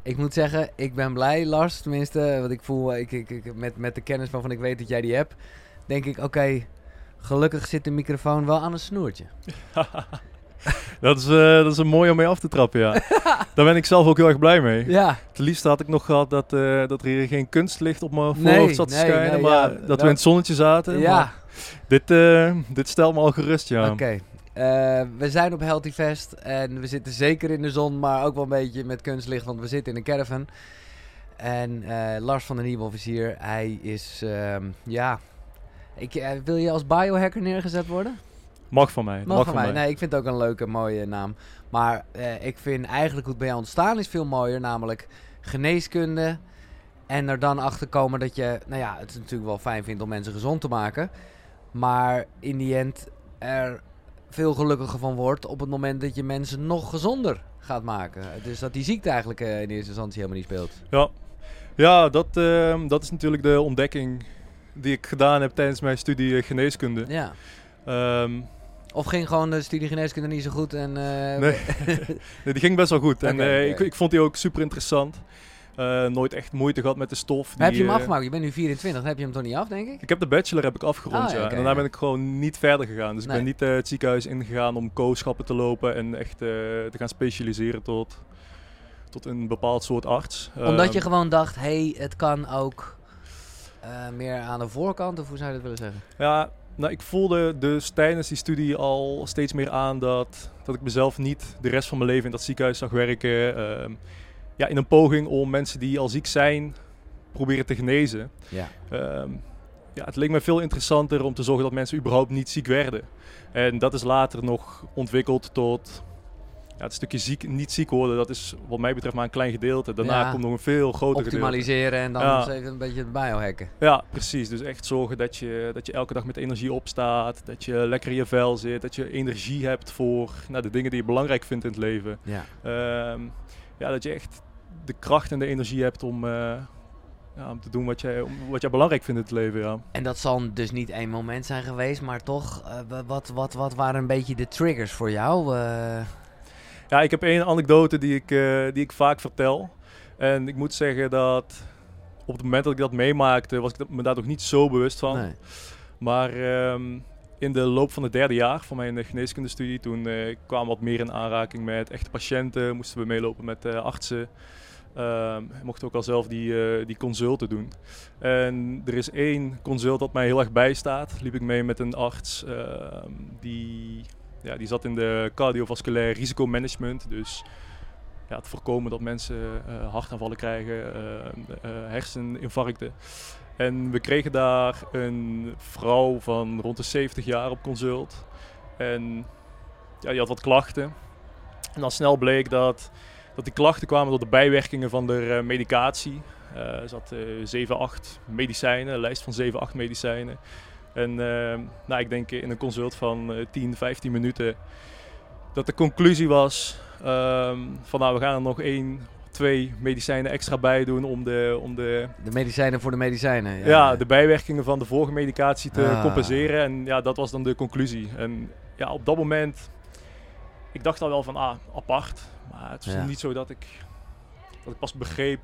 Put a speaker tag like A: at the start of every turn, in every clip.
A: Ik moet zeggen, ik ben blij, Lars. Tenminste, want ik voel met de kennis waarvan ik weet dat jij die hebt, denk ik, oké, gelukkig zit de microfoon wel aan een snoertje.
B: Dat is een mooi om mee af te trappen, ja. Daar ben ik zelf ook heel erg blij mee.
A: Ja.
B: Het liefste had ik nog gehad dat er hier geen kunstlicht op mijn voorhoofd zat te schijnen, maar dat we in het zonnetje zaten.
A: Ja.
B: Dit stelt me al gerust, ja.
A: Oké. We zijn op Healthy Fest en we zitten zeker in de zon, maar ook wel een beetje met kunstlicht, want we zitten in een caravan. En Lars van den Nieuwhof is hier. Hij is, wil je als biohacker neergezet worden?
B: Mag van mij.
A: Mag van mij. Nee, ik vind het ook een leuke, mooie naam. Maar ik vind eigenlijk hoe het bij jou ontstaan is veel mooier, namelijk geneeskunde. En er dan achter komen dat je, het is natuurlijk wel fijn vindt om mensen gezond te maken. Maar in die end er veel gelukkiger van wordt op het moment dat je mensen nog gezonder gaat maken. Dus dat die ziekte eigenlijk in eerste instantie helemaal niet speelt.
B: Ja, dat is natuurlijk de ontdekking die ik gedaan heb tijdens mijn studie geneeskunde.
A: Ja.
B: Of
A: ging gewoon de studie geneeskunde niet zo goed?
B: Nee, die ging best wel goed.
A: Okay,
B: ik vond die ook super interessant. Nooit echt moeite gehad met de stof.
A: Heb je hem afgemaakt? Je bent nu 24, dan heb je hem toch niet af, denk ik?
B: Ik heb de bachelor afgerond,
A: ja.
B: En daarna ben ik gewoon niet verder gegaan. Dus ik ben niet het ziekenhuis ingegaan om kooschappen te lopen en echt te gaan specialiseren tot een bepaald soort arts.
A: Omdat je gewoon dacht, het kan ook meer aan de voorkant, of hoe zou je dat willen zeggen? Ja,
B: ik voelde dus tijdens die studie al steeds meer aan dat ik mezelf niet de rest van mijn leven in dat ziekenhuis zag werken. In een poging om mensen die al ziek zijn, proberen te genezen.
A: Ja.
B: Het leek me veel interessanter om te zorgen dat mensen überhaupt niet ziek werden. En dat is later nog ontwikkeld tot het stukje niet ziek worden. Dat is wat mij betreft maar een klein gedeelte. Daarna komt nog een veel groter gedeelte.
A: Optimaliseren en dan eens even een beetje het biohacken.
B: Ja, precies. Dus echt zorgen dat je elke dag met energie opstaat. Dat je lekker in je vel zit. Dat je energie hebt voor de dingen die je belangrijk vindt in het leven.
A: Ja.
B: Dat je echt de kracht en de energie hebt om te doen wat jij belangrijk vindt in het leven. Ja.
A: En dat zal dus niet één moment zijn geweest, maar toch, wat waren een beetje de triggers voor jou?
B: Ik heb één anekdote die ik vaak vertel. En ik moet zeggen dat op het moment dat ik dat meemaakte, was ik me daar nog niet zo bewust van.
A: Nee.
B: Maar in de loop van het 3e jaar van mijn geneeskundestudie, toen kwamen we wat meer in aanraking met echte patiënten. Moesten we meelopen met artsen. Mocht ook al zelf die consulten doen. En er is één consult dat mij heel erg bijstaat. Liep ik mee met een arts die zat in de cardiovasculair risicomanagement. Dus het voorkomen dat mensen hartaanvallen krijgen, herseninfarcten. En we kregen daar een vrouw van rond de 70 jaar op consult. En die had wat klachten. En dan snel bleek dat die klachten kwamen door de bijwerkingen van de medicatie. Er zat 7-8 medicijnen, een lijst van 7-8 medicijnen. En ik denk in een consult van 10-15 minuten dat de conclusie was we gaan er nog 1-2 medicijnen extra bij doen om de
A: medicijnen voor de medicijnen.
B: De bijwerkingen van de vorige medicatie te compenseren. En dat was dan de conclusie. En op dat moment, ik dacht al wel van apart. Maar het was niet zo dat ik pas begreep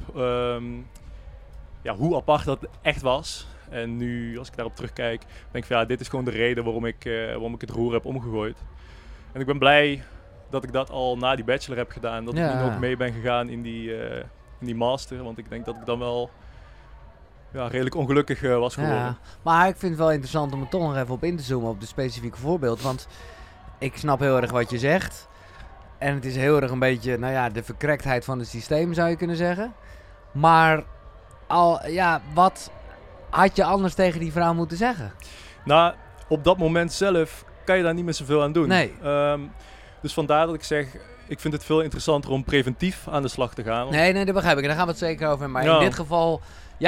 B: hoe apart dat echt was. En nu, als ik daarop terugkijk, denk ik van dit is gewoon de reden waarom ik het roer heb omgegooid. En ik ben blij dat ik dat al na die bachelor heb gedaan. Dat ik nu nog mee ben gegaan in die master. Want ik denk dat ik dan wel redelijk ongelukkig was geworden.
A: Ja, maar ik vind het wel interessant om er toch nog even op in te zoomen op de specifieke voorbeeld. Want ik snap heel erg wat je zegt. En het is heel erg een beetje, de verkrektheid van het systeem zou je kunnen zeggen. Maar wat had je anders tegen die vrouw moeten zeggen?
B: Op dat moment zelf kan je daar niet meer zoveel aan doen.
A: Nee.
B: Dus vandaar dat ik zeg, ik vind het veel interessanter om preventief aan de slag te gaan.
A: Nee, dat begrijp ik. En daar gaan we het zeker over. Maar in dit geval,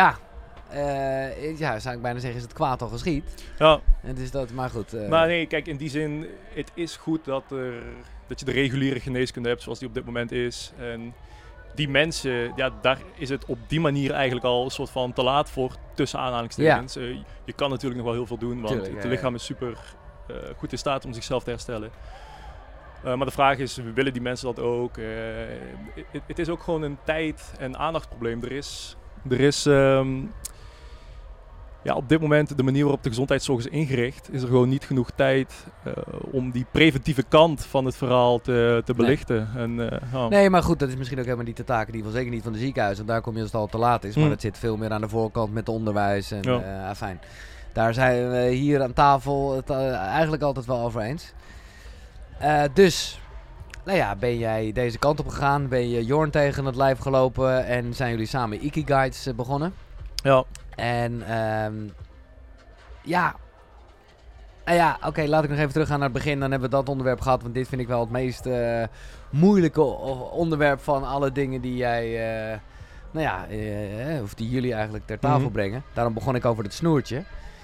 A: zou ik bijna zeggen, is het kwaad al geschied.
B: Ja.
A: Het is dat, maar goed.
B: Maar nee, kijk, in die zin, het is goed dat je de reguliere geneeskunde hebt zoals die op dit moment is. En die mensen, daar is het op die manier eigenlijk al een soort van te laat voor, tussen aanhalingstekens. Ja. Je kan natuurlijk nog wel heel veel doen, want het lichaam is super goed in staat om zichzelf te herstellen. Maar de vraag is, willen die mensen dat ook? Het is ook gewoon een tijd- en aandachtprobleem. Er is op dit moment de manier waarop de gezondheidszorg is ingericht, is er gewoon niet genoeg tijd om die preventieve kant van het verhaal te belichten.
A: Nee, maar goed, dat is misschien ook helemaal niet de taak, in ieder geval zeker niet van de ziekenhuizen. Daar kom je als het al te laat is, maar dat zit veel meer aan de voorkant met onderwijs en fijn. Daar zijn we hier aan tafel het eigenlijk altijd wel over eens. Dus, nou ja, ben jij deze kant op gegaan, ben je Jorn tegen het lijf gelopen en zijn jullie samen Ikigaits begonnen.
B: Ja.
A: En oké, laat ik nog even teruggaan naar het begin. Dan hebben we dat onderwerp gehad, want dit vind ik wel het meest moeilijke onderwerp van alle dingen die jij, of die jullie eigenlijk ter tafel brengen. Daarom begon ik over het snoertje.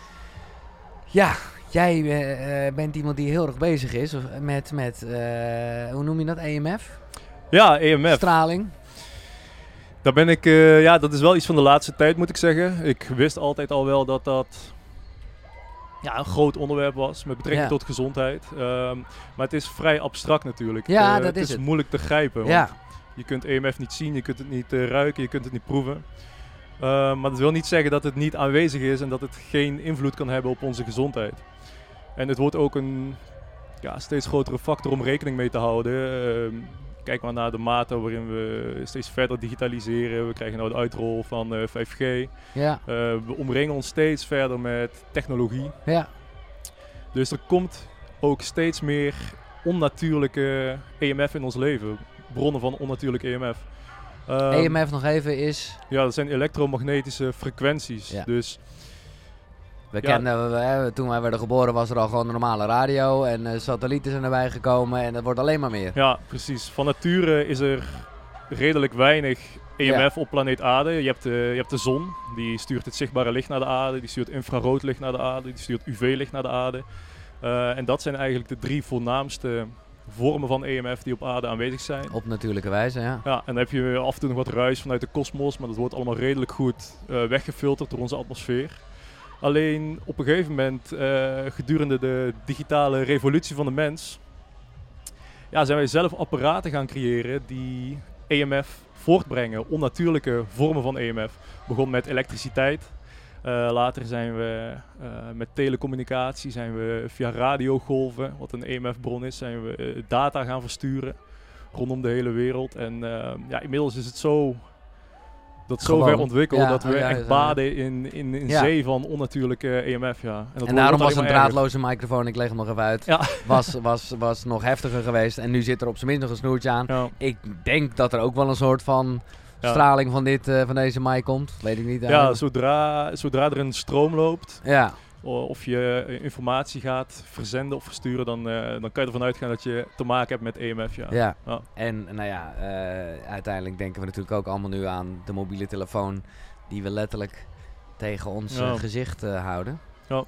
A: Ja, jij bent iemand die heel erg bezig is met hoe noem je dat, EMF?
B: Ja, EMF.
A: Straling.
B: Daar ben ik, dat is wel iets van de laatste tijd, moet ik zeggen. Ik wist altijd al wel dat dat een groot onderwerp was met betrekking tot gezondheid. Maar het is vrij abstract natuurlijk.
A: Ja,
B: het is moeilijk te grijpen. Want je kunt EMF niet zien, je kunt het niet ruiken, je kunt het niet proeven. Maar dat wil niet zeggen dat het niet aanwezig is en dat het geen invloed kan hebben op onze gezondheid. En het wordt ook een steeds grotere factor om rekening mee te houden. Kijk maar naar de mate waarin we steeds verder digitaliseren. We krijgen nou de uitrol van 5G.
A: Ja.
B: We omringen ons steeds verder met technologie.
A: Ja.
B: Dus er komt ook steeds meer onnatuurlijke EMF in ons leven. Bronnen van onnatuurlijke EMF.
A: EMF nog even is?
B: Ja, dat zijn elektromagnetische frequenties. Ja. Dus
A: we kenden, toen wij werden geboren was er al gewoon een normale radio en satellieten zijn erbij gekomen en dat wordt alleen maar meer.
B: Ja, precies. Van nature is er redelijk weinig EMF op planeet Aarde. Je hebt de zon, die stuurt het zichtbare licht naar de aarde, die stuurt infrarood licht naar de aarde, die stuurt UV-licht naar de aarde. En dat zijn eigenlijk de 3 voornaamste vormen van EMF die op aarde aanwezig zijn.
A: Op natuurlijke wijze, ja.
B: Ja, en dan heb je af en toe nog wat ruis vanuit de kosmos, maar dat wordt allemaal redelijk goed weggefilterd door onze atmosfeer. Alleen op een gegeven moment, gedurende de digitale revolutie van de mens, zijn wij zelf apparaten gaan creëren die EMF voortbrengen, onnatuurlijke vormen van EMF. Begon met elektriciteit. Later zijn we met telecommunicatie, zijn we via radiogolven, wat een EMF-bron is, zijn we data gaan versturen rondom de hele wereld. En inmiddels is het zo ver ontwikkeld dat we echt baden in zee van onnatuurlijke EMF. Ja.
A: En daarom was een draadloze microfoon, ik leg hem nog even uit, was nog heftiger geweest. En nu zit er op zijn minst nog een snoertje aan. Ja. Ik denk dat er ook wel een soort van straling van deze mic komt. Weet ik niet.
B: Ja, zodra er een stroom loopt, of je informatie gaat verzenden of versturen, dan kan je ervan uitgaan dat je te maken hebt met EMF. Ja.
A: En uiteindelijk denken we natuurlijk ook allemaal nu aan de mobiele telefoon die we letterlijk tegen ons gezicht houden. Ja.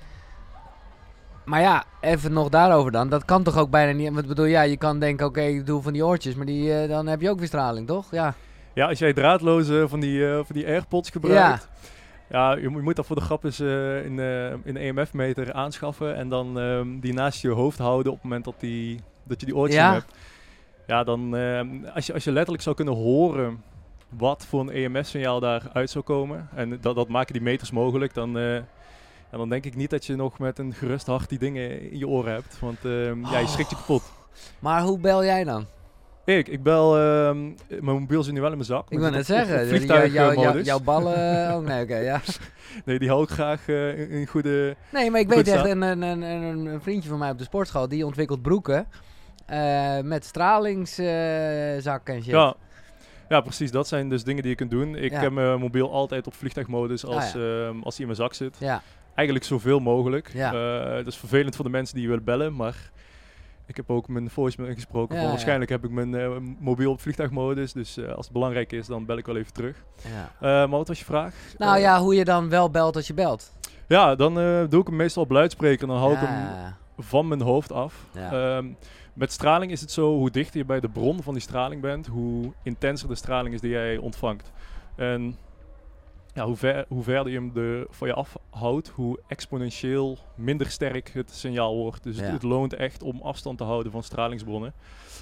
A: Maar ja, even nog daarover dan. Dat kan toch ook bijna niet. Ik bedoel, je kan denken, oké, ik doe van die oortjes, maar dan heb je ook weer straling, toch? Ja.
B: Ja, als jij draadloze van die AirPods gebruikt. Ja, je moet dat voor de grap eens in een EMF-meter aanschaffen en dan die naast je hoofd houden op het moment dat je die oortjes hebt. Ja, dan als je letterlijk zou kunnen horen wat voor een EMF-signaal daaruit zou komen en dat maken die meters mogelijk, dan denk ik niet dat je nog met een gerust hart die dingen in je oren hebt, want je schrikt je kapot.
A: Maar hoe bel jij dan?
B: Ik bel, mijn mobiel zit nu wel in mijn zak.
A: Ik wil net zeggen, jouw ballen, ja.
B: Nee, die hou ik graag in goede...
A: Nee, maar ik weet echt, een vriendje van mij op de sportschool, die ontwikkelt broeken met stralingszak en shit.
B: Ja, precies. Dat zijn dus dingen die je kunt doen. Ik heb mijn mobiel altijd op vliegtuigmodus als die in mijn zak zit. Ja. Eigenlijk zoveel mogelijk. Ja. Dat is vervelend voor de mensen die willen bellen, maar... Ik heb ook mijn voicemail ingesproken. Waarschijnlijk heb ik mijn mobiel op vliegtuigmodus. Dus als het belangrijk is, dan bel ik wel even terug. Ja. Maar wat was je vraag?
A: Nou hoe je dan wel belt als je belt.
B: Ja, dan doe ik hem meestal op luidspreker. Dan hou ik hem van mijn hoofd af. Ja. Met straling is het zo, hoe dichter je bij de bron van die straling bent, hoe intenser de straling is die jij ontvangt. En ja, hoe verder je hem van je afhoudt, hoe exponentieel minder sterk het signaal wordt. Dus het loont echt om afstand te houden van stralingsbronnen.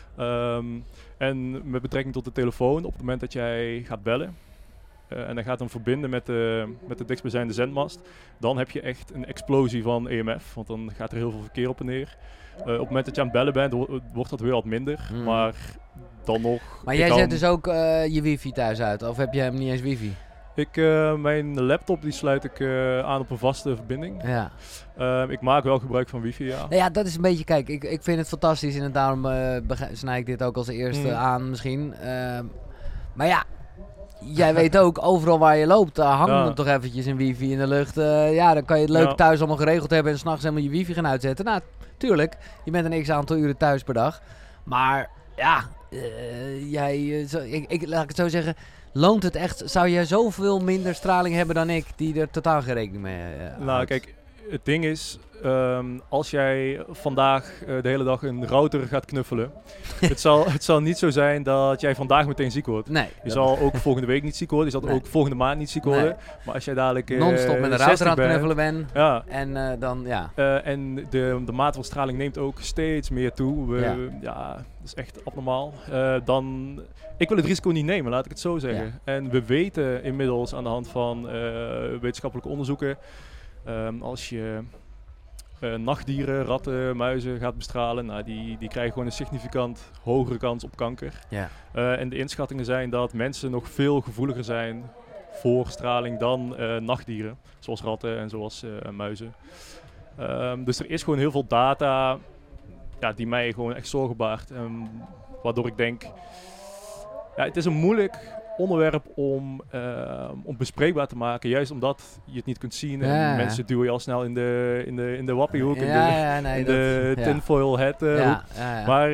B: En met betrekking tot de telefoon, op het moment dat jij gaat bellen en dan gaat hem verbinden met de dichtstbijzijnde zendmast, dan heb je echt een explosie van EMF, want dan gaat er heel veel verkeer op en neer. Op het moment dat je aan het bellen bent, wordt dat weer wat minder, maar dan nog...
A: Maar jij zet dus ook je wifi thuis uit, of heb je hem niet eens wifi?
B: Mijn laptop die sluit ik aan op een vaste verbinding.
A: Ja.
B: Ik maak wel gebruik van wifi, ja.
A: Nou ja, dat is een beetje, kijk, ik vind het fantastisch en daarom snij ik dit ook als eerste aan misschien. Maar ja, jij weet ook, overal waar je loopt, daar hangt er toch eventjes een wifi in de lucht. Dan kan je het leuk thuis allemaal geregeld hebben en 's nachts helemaal je wifi gaan uitzetten. Nou, tuurlijk, je bent een x-aantal uren thuis per dag. Maar ja, laat ik het zo zeggen... Loont het echt? Zou je zoveel minder straling hebben dan ik, die er totaal geen rekening mee
B: Nou, kijk, het ding is, als jij vandaag de hele dag een router gaat knuffelen, het zal niet zo zijn dat jij vandaag meteen ziek wordt.
A: Nee.
B: Je zal ook volgende week niet ziek worden, je zal ook volgende maand niet ziek worden. Maar als jij dadelijk
A: non-stop met een router aan het knuffelen bent,
B: ja.
A: En dan, ja.
B: En de mate van straling neemt ook steeds meer toe. Dat is echt abnormaal. Ik wil het risico niet nemen, laat ik het zo zeggen. Ja. En we weten inmiddels aan de hand van wetenschappelijke onderzoeken, als je nachtdieren, ratten, muizen gaat bestralen, nou, die krijgen gewoon een significant hogere kans op kanker.
A: Ja.
B: En de inschattingen zijn dat mensen nog veel gevoeliger zijn voor straling dan nachtdieren, zoals ratten en zoals muizen. Dus er is gewoon heel veel data die mij gewoon echt zorgen baart. Waardoor ik denk, het is een moeilijk onderwerp om bespreekbaar te maken, juist omdat je het niet kunt zien en mensen duwen je al snel in de wappiehoek, in de tinfoil hat hoek. Maar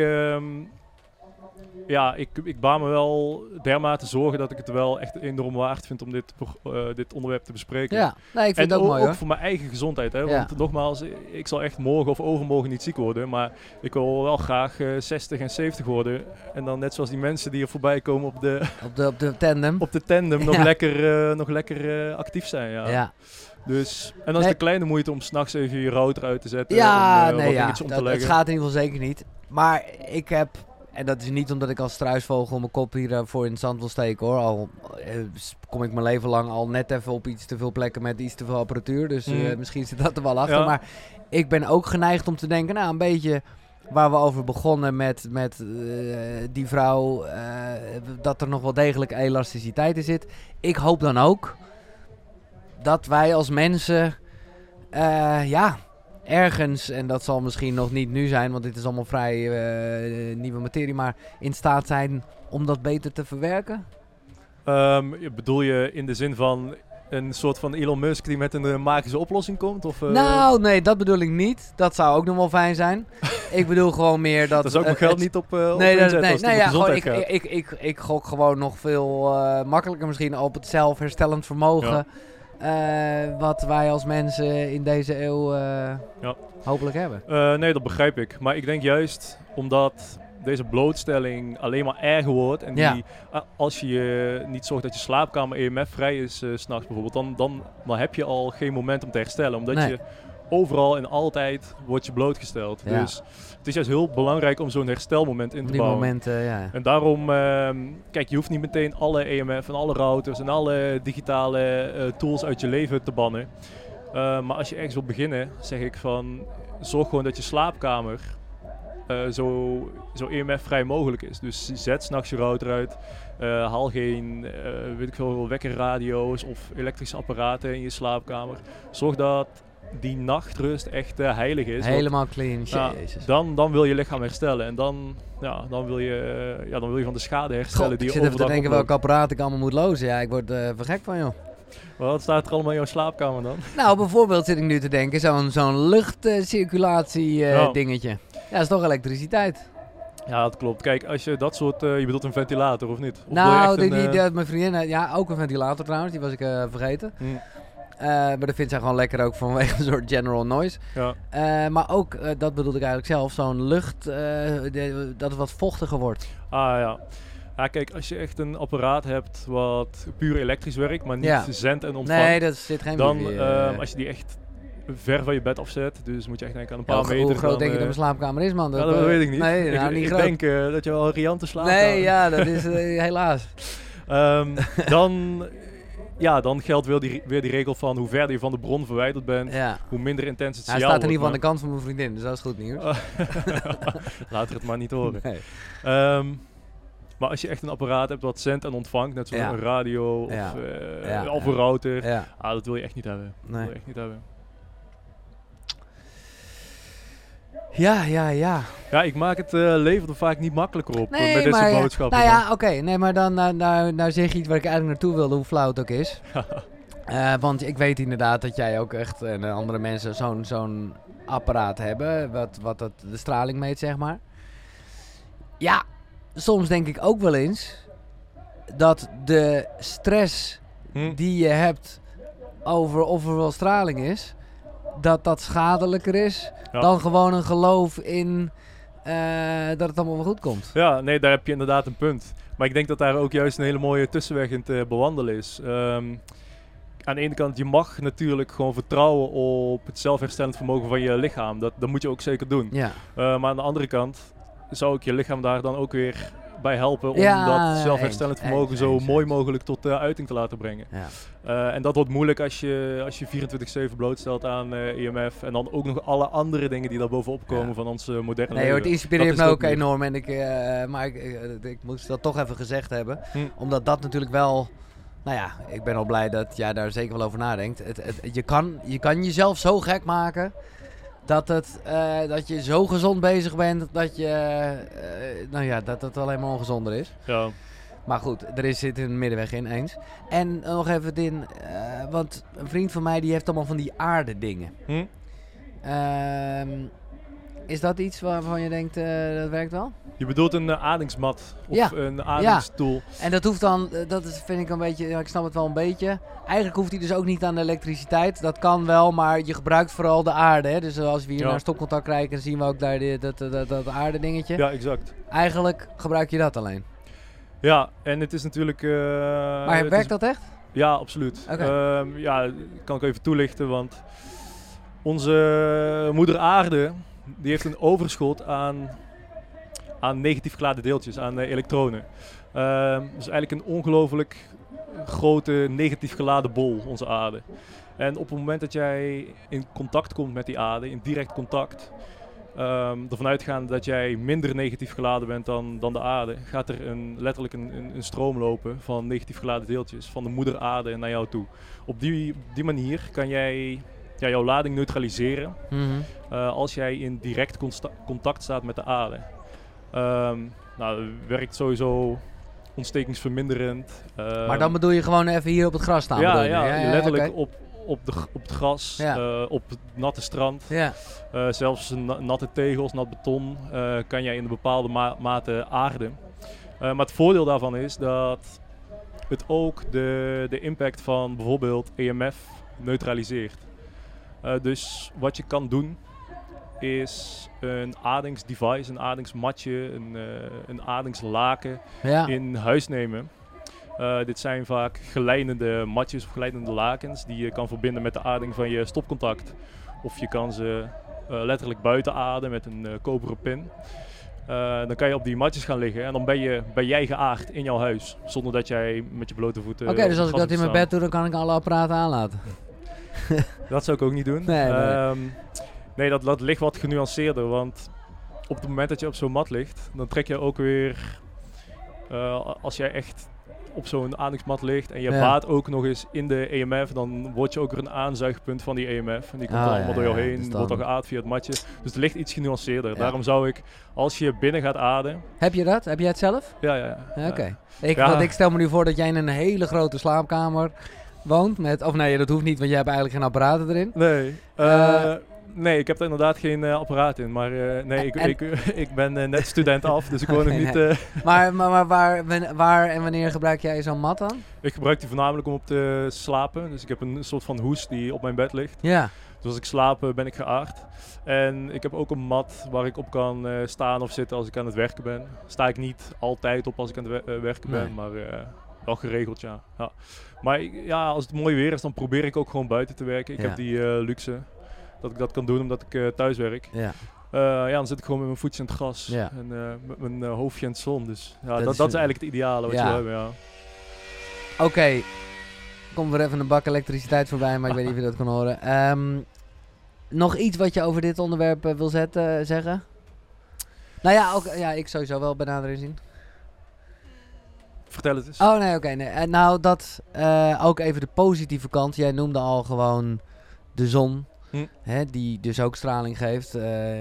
B: ik baar me wel dermate zorgen dat ik het wel echt enorm waard vind om dit onderwerp te bespreken.
A: Ja, nee, ik vind het ook mooi,
B: ook voor mijn eigen gezondheid. Hè? Want nogmaals, ik zal echt morgen of overmorgen niet ziek worden, maar ik wil wel graag 60 en 70 worden. En dan net zoals die mensen die er voorbij komen op de tandem. Op de tandem nog lekker actief zijn. Ja. Dus, en dan is de kleine moeite om 's nachts even je router uit te zetten. Dingetjes om te leggen.
A: Het gaat in ieder geval zeker niet. Maar ik heb... En dat is niet omdat ik als struisvogel mijn kop hiervoor in het zand wil steken, hoor. Al kom ik mijn leven lang al net even op iets te veel plekken met iets te veel apparatuur. Dus misschien zit dat er wel achter. Ja. Maar ik ben ook geneigd om te denken, nou, een beetje waar we over begonnen met die vrouw, dat er nog wel degelijk elasticiteit in zit. Ik hoop dan ook dat wij als mensen, ergens, en dat zal misschien nog niet nu zijn, want dit is allemaal vrij nieuwe materie, maar in staat zijn om dat beter te verwerken?
B: Bedoel je in de zin van een soort van Elon Musk die met een magische oplossing komt? Of,
A: Nou, nee, dat bedoel ik niet. Dat zou ook nog wel fijn zijn. Ik bedoel gewoon meer dat...
B: Dat is ook mijn geld niet op
A: ik gok gewoon nog veel makkelijker misschien op het zelfherstellend vermogen. Ja. Wat wij als mensen in deze eeuw hopelijk hebben.
B: Nee, dat begrijp ik. Maar ik denk juist omdat deze blootstelling alleen maar erger wordt. En als je niet zorgt dat je slaapkamer EMF-vrij is 's nachts bijvoorbeeld, dan heb je al geen moment om te herstellen. Omdat je overal en altijd wordt je blootgesteld. Ja. Dus het is juist heel belangrijk om zo'n herstelmoment in te bouwen. En daarom, kijk, je hoeft niet meteen alle EMF en alle routers en alle digitale tools uit je leven te bannen. Maar als je ergens wil beginnen, zeg ik van, zorg gewoon dat je slaapkamer zo EMF-vrij mogelijk is. Dus zet 's nachts je router uit. Haal geen wekkerradio's of elektrische apparaten in je slaapkamer. Zorg dat die nachtrust echt heilig is.
A: Helemaal clean.
B: Dan wil je lichaam herstellen. En dan wil je van de schade herstellen die je overdag
A: ik zit even te denken welke apparaat ik allemaal moet lozen. Ja, ik word vergek van, joh.
B: Wat staat er allemaal in jouw slaapkamer dan?
A: Nou, bijvoorbeeld zit ik nu te denken, zo'n luchtcirculatie dingetje. Ja, dat is toch elektriciteit.
B: Ja, dat klopt. Kijk, als je dat soort... je bedoelt een ventilator, of niet? Of
A: mijn vriendin... ook een ventilator trouwens. Die was ik vergeten. Maar dat vindt zij gewoon lekker ook vanwege een soort general noise. Ja. Maar ook, dat bedoelde ik eigenlijk zelf, zo'n lucht... dat het wat vochtiger wordt.
B: Ah, ja. Ja, kijk, als je echt een apparaat hebt wat puur elektrisch werkt, maar niet zendt en ontvangt.
A: Nee, dat zit geen
B: dan,
A: wifi.
B: als je die echt ver van je bed afzet, dus moet je echt denken aan een paar meter.
A: Hoe groot denk je dat mijn slaapkamer is, man?
B: Dat weet ik niet.
A: Nee, niet
B: ik
A: groot.
B: denk dat je wel een riante slaap
A: Nee, ja, dat is helaas.
B: Dan geldt weer die regel van hoe verder je van de bron verwijderd bent, hoe minder intens het signaal
A: wordt. Hij staat in ieder geval
B: maar...
A: aan de kant van mijn vriendin, dus dat is goed nieuws.
B: Laat er het maar niet horen.
A: Nee.
B: Maar als je echt een apparaat hebt wat zendt en ontvangt, net zoals een radio of een router, dat wil je echt niet hebben.
A: Nee.
B: Dat wil je echt niet hebben.
A: Ja.
B: Ja, ik maak het leven er vaak niet makkelijker op met dit soort boodschappen.
A: Nou ja, oké. Nee, maar dan nou zeg je iets waar ik eigenlijk naartoe wilde, hoe flauw het ook is. Want ik weet inderdaad dat jij ook echt en andere mensen zo'n apparaat hebben, wat de straling meet, zeg maar. Ja, soms denk ik ook wel eens dat de stress die je hebt over of er wel straling is, dat schadelijker is dan gewoon een geloof in dat het allemaal wel goed komt.
B: Ja, nee, daar heb je inderdaad een punt. Maar ik denk dat daar ook juist een hele mooie tussenweg in te bewandelen is. Aan de ene kant, je mag natuurlijk gewoon vertrouwen op het zelfherstellend vermogen van je lichaam. Dat moet je ook zeker doen.
A: Ja.
B: Maar aan de andere kant zou ik je lichaam daar dan ook weer bij helpen om dat zelfherstellend vermogen zo mooi mogelijk tot uiting te laten brengen. Ja. En dat wordt moeilijk als je 24/7 blootstelt aan EMF en dan ook nog alle andere dingen die daar bovenop komen van ons moderne leven.
A: Het inspireert me ook enorm en ik moest dat toch even gezegd hebben. Omdat dat natuurlijk wel... Nou ja, ik ben al blij dat jij daar zeker wel over nadenkt. Je kan jezelf zo gek maken dat je zo gezond bezig bent dat dat het alleen maar ongezonder is.
B: Ja.
A: Maar goed, zit een middenweg in, eens. En nog even dit, want een vriend van mij die heeft allemaal van die aarde dingen. Is dat iets waarvan je denkt, dat werkt wel?
B: Je bedoelt een adingsmat of een ademstoel.
A: Ja. En dat hoeft dan, vind ik een beetje, ik snap het wel een beetje. Eigenlijk hoeft hij dus ook niet aan de elektriciteit. Dat kan wel, maar je gebruikt vooral de aarde. Hè? Dus als we hier naar stopcontact kijken, dan zien we ook daar dat aarde dingetje.
B: Ja, exact.
A: Eigenlijk gebruik je dat alleen.
B: Ja, en het is natuurlijk...
A: maar werkt dat echt?
B: Ja, absoluut.
A: Okay.
B: Kan ik even toelichten, want onze moeder aarde... Die heeft een overschot aan negatief geladen deeltjes, aan elektronen. Dus eigenlijk een ongelooflijk grote negatief geladen bol, onze aarde. En op het moment dat jij in contact komt met die aarde, in direct contact, ervan uitgaande dat jij minder negatief geladen bent dan de aarde, gaat er letterlijk een stroom lopen van negatief geladen deeltjes van de moeder aarde naar jou toe. Op die manier kan jij... jouw lading neutraliseren als jij in direct contact staat met de aarde. Werkt sowieso ontstekingsverminderend.
A: Maar dan bedoel je gewoon even hier op het gras staan?
B: Ja, letterlijk op het gras, op het natte strand.
A: Ja.
B: Zelfs natte tegels, nat beton kan jij in een bepaalde mate aarden. Maar het voordeel daarvan is dat het ook de impact van bijvoorbeeld EMF neutraliseert. Dus wat je kan doen is een aardingsdevice, een aardingsmatje, een aardingslaken in huis nemen. Dit zijn vaak geleidende matjes of geleidende lakens die je kan verbinden met de aarding van je stopcontact. Of je kan ze letterlijk buiten aarden met een koperen pin. Dan kan je op die matjes gaan liggen en dan ben jij geaard in jouw huis. Zonder dat jij met je blote voeten...
A: Oké, dus als ik dat in mijn bed doe, dan kan ik alle apparaten aanlaten.
B: Dat zou ik ook niet doen. Nee, dat ligt wat genuanceerder. Want op het moment dat je op zo'n mat ligt, dan trek je ook weer... als jij echt op zo'n aardingsmat ligt en je baat ook nog eens in de EMF, dan word je ook weer een aanzuigpunt van die EMF. En die komt dan allemaal door jou heen, dus wordt dan geaard via het matje. Dus het ligt iets genuanceerder. Daarom zou ik, als je binnen gaat ademen...
A: Heb je dat? Heb jij het zelf?
B: Ja.
A: Oké. Ik stel me nu voor dat jij in een hele grote slaapkamer woont met... Of nee, dat hoeft niet, want jij hebt eigenlijk geen apparaten erin.
B: Nee. Nee, ik heb er inderdaad geen apparaat in. Maar ik ben net student af, dus ik woon nog niet...
A: Maar waar en wanneer gebruik jij zo'n mat dan?
B: Ik gebruik die voornamelijk om op te slapen. Dus ik heb een soort van hoes die op mijn bed ligt.
A: Ja.
B: Dus als ik slaap ben ik geaard. En ik heb ook een mat waar ik op kan staan of zitten als ik aan het werken ben. Sta ik niet altijd op als ik aan het werken ben, maar wel geregeld, ja. Maar als het mooi weer is, dan probeer ik ook gewoon buiten te werken. Ik heb die luxe dat ik dat kan doen omdat ik thuis werk.
A: Ja.
B: Dan zit ik gewoon met mijn voetje in het gras en met mijn hoofdje in de zon. Dus dat is eigenlijk het ideale wat je wil hebben, ja.
A: Oké. Komt weer even een bak elektriciteit voorbij, maar ik weet niet of je dat kan horen. Nog iets wat je over dit onderwerp wil zeggen? Nou ja, ik sowieso wel benadering zien.
B: Vertel het eens.
A: Oh nee, oké. Nee. Nou, dat ook even de positieve kant. Jij noemde al gewoon de zon. Hè, die dus ook straling geeft.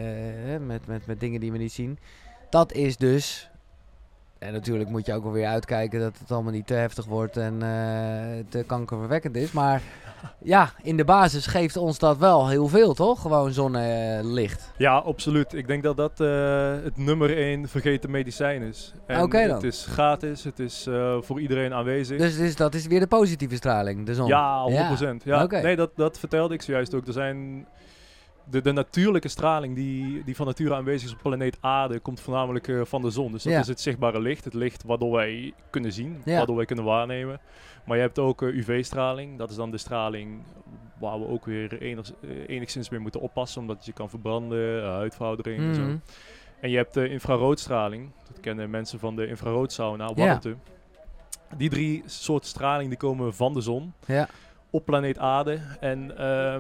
A: Met dingen die we niet zien. Dat is dus... En natuurlijk moet je ook wel weer uitkijken dat het allemaal niet te heftig wordt en te kankerverwekkend is. Maar ja, in de basis geeft ons dat wel heel veel, toch? Gewoon zonnelicht.
B: Ja, absoluut. Ik denk dat dat het nummer 1 vergeten medicijn is.
A: Oké dan.
B: Het is gratis, het is voor iedereen aanwezig.
A: Dus dat is weer de positieve straling, de zon?
B: Ja, 100%. Ja.
A: Okay.
B: Nee, dat vertelde ik zojuist ook. Er zijn... De natuurlijke straling die van nature aanwezig is op planeet Aarde komt voornamelijk van de zon. Dus dat is het zichtbare licht. Het licht waardoor wij kunnen zien, waardoor wij kunnen waarnemen. Maar je hebt ook UV-straling. Dat is dan de straling waar we ook weer enigszins mee moeten oppassen. Omdat je kan verbranden, huidveroudering en zo. En je hebt infraroodstraling. Dat kennen mensen van de infraroodsauna, warmte. Die 3 soorten straling die komen van de zon op planeet Aarde. En...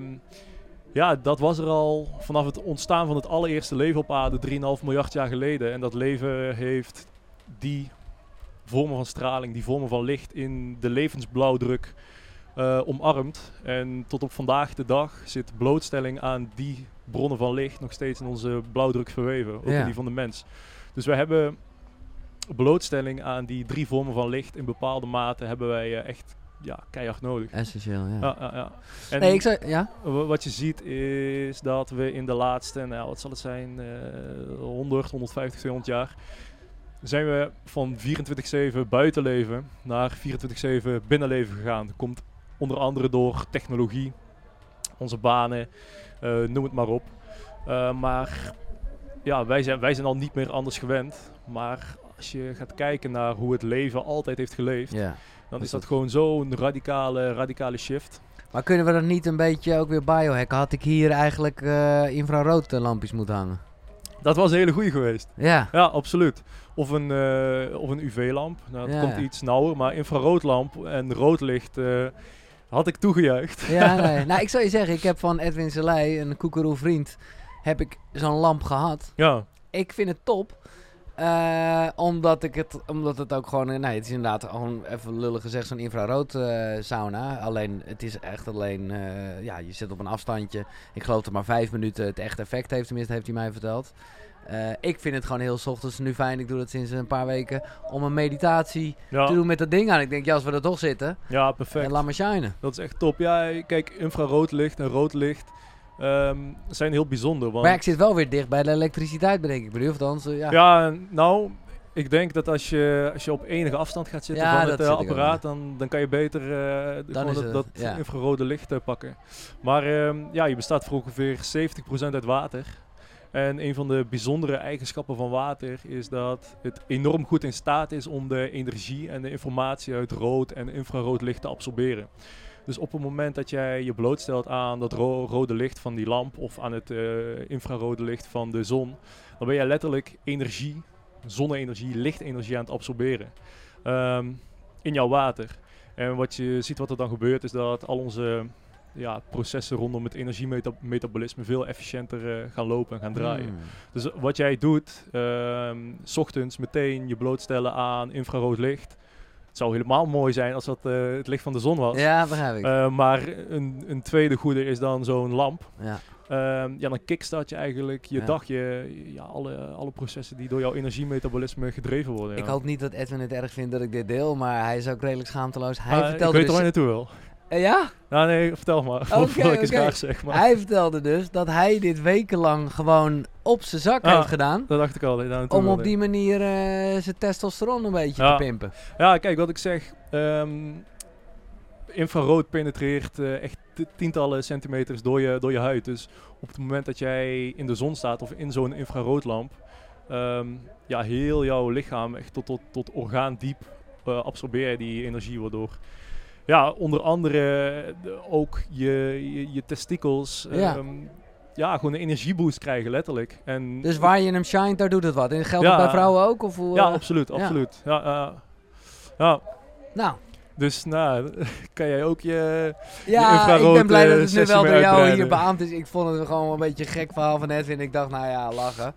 B: dat was er al vanaf het ontstaan van het allereerste leven op aarde 3,5 miljard jaar geleden. En dat leven heeft die vormen van straling, die vormen van licht in de levensblauwdruk omarmd. En tot op vandaag de dag zit blootstelling aan die bronnen van licht nog steeds in onze blauwdruk verweven. Ook in die van de mens. Dus wij hebben blootstelling aan die 3 vormen van licht in bepaalde mate hebben wij echt... Ja, keihard nodig.
A: Essentieel,
B: ja. En wat je ziet is dat we in de laatste, wat zal het zijn, 100, 150, 200 jaar... zijn we van 24/7 buitenleven naar 24/7 binnenleven gegaan. Dat komt onder andere door technologie, onze banen, noem het maar op. Maar ja, wij zijn al niet meer anders gewend. Maar als je gaat kijken naar hoe het leven altijd heeft geleefd... Dan is dat gewoon zo'n radicale shift.
A: Maar kunnen we dat niet een beetje ook weer biohacken? Had ik hier eigenlijk infraroodlampjes moeten hangen?
B: Dat was een hele goeie geweest.
A: Ja,
B: absoluut. Of een UV-lamp. Nou, dat komt iets nauwer. Maar infraroodlamp en roodlicht had ik toegejuicht.
A: Ja, nee. Nou, ik zou je zeggen, ik heb van Edwin Selei, een koekeroe vriend, heb ik zo'n lamp gehad.
B: Ja.
A: Ik vind het top. Omdat het ook gewoon... Nee, het is inderdaad gewoon even lullig gezegd zo'n infrarood sauna. Alleen, het is echt alleen... je zit op een afstandje. Ik geloof dat maar 5 minuten het echt effect heeft. Tenminste, heeft hij mij verteld. Ik vind het gewoon heel 's ochtends nu fijn. Ik doe dat sinds een paar weken. Om een meditatie te doen met dat ding aan. Ik denk, als we er toch zitten...
B: Ja, perfect.
A: Laat maar shinen.
B: Dat is echt top. Ja, kijk, infraroodlicht en roodlicht... zijn heel bijzonder. Want
A: maar ik zit wel weer dicht bij de elektriciteit, bedenk ik. Bedoel, of dan,
B: ja, nou, ik denk dat als je op enige afstand gaat zitten van het apparaat, dan kan je beter dat infrarode licht pakken. Maar je bestaat voor ongeveer 70% uit water. En een van de bijzondere eigenschappen van water is dat het enorm goed in staat is om de energie en de informatie uit rood en infrarood licht te absorberen. Dus op het moment dat jij je blootstelt aan dat rode licht van die lamp of aan het infrarode licht van de zon, dan ben jij letterlijk energie, zonne-energie, lichtenergie aan het absorberen in jouw water. En wat je ziet wat er dan gebeurt is dat al onze processen rondom het energiemetabolisme veel efficiënter gaan lopen en gaan draaien. Dus wat jij doet, 's ochtends meteen je blootstellen aan infrarood licht. Het zou helemaal mooi zijn als dat het licht van de zon was.
A: Ja, begrijp ik.
B: Maar een tweede goede is dan zo'n lamp.
A: Ja.
B: Dan kickstart je eigenlijk je dag, alle processen die door jouw energiemetabolisme gedreven worden.
A: Ik hoop niet dat Edwin het erg vindt dat ik dit deel, maar hij is ook redelijk schaamteloos. Hij vertelde
B: ik weet er waar je naartoe wil.
A: Ja?
B: Nou nee, vertel maar. Voordat ik het graag zeg. Maar.
A: Hij vertelde dus dat hij dit wekenlang gewoon op zijn zak heeft gedaan.
B: Dat dacht ik al.
A: Om op die manier zijn testosteron een beetje te pimpen.
B: Ja, kijk, wat ik zeg. infrarood penetreert echt tientallen centimeters door je huid. Dus op het moment dat jij in de zon staat of in zo'n infraroodlamp, heel jouw lichaam echt tot orgaandiep absorbeer je die energie, waardoor onder andere ook je testikels gewoon een energieboost krijgen, letterlijk. En
A: dus waar je hem shined, daar doet het wat. En geldt dat bij vrouwen ook? Of hoe,
B: ja, absoluut. Ja.
A: Nou.
B: Dus kan jij ook je
A: infrarood ik ben blij dat het nu wel door jou
B: uitbreiden.
A: hier beaamd is. Ik vond het gewoon een beetje een gek verhaal van Edwin. Ik dacht, lachen.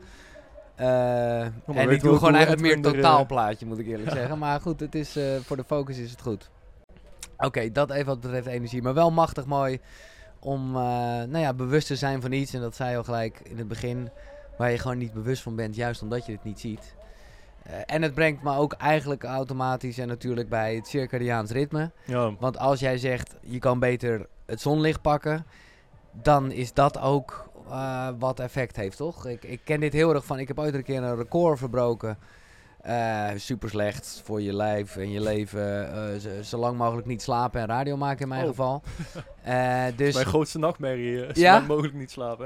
A: En ik doe gewoon eigenlijk meer een totaalplaatje, moet ik eerlijk zeggen. Maar goed, het is, voor de focus is het goed. Oké, dat even wat betreft energie. Maar wel machtig mooi om bewust te zijn van iets. En dat zei je al gelijk in het begin. Waar je gewoon niet bewust van bent, juist omdat je het niet ziet. En het brengt me ook eigenlijk automatisch en natuurlijk bij het circadiaans ritme. Ja. Want als jij zegt, je kan beter het zonlicht pakken, dan is dat ook wat effect heeft, toch? Ik ken dit heel erg van, ik heb ooit een keer een record verbroken. Super slecht voor je lijf en je leven. Zo lang mogelijk niet slapen en radio maken in mijn geval. Dus
B: mijn grootste nachtmerrie. Zo lang mogelijk niet slapen.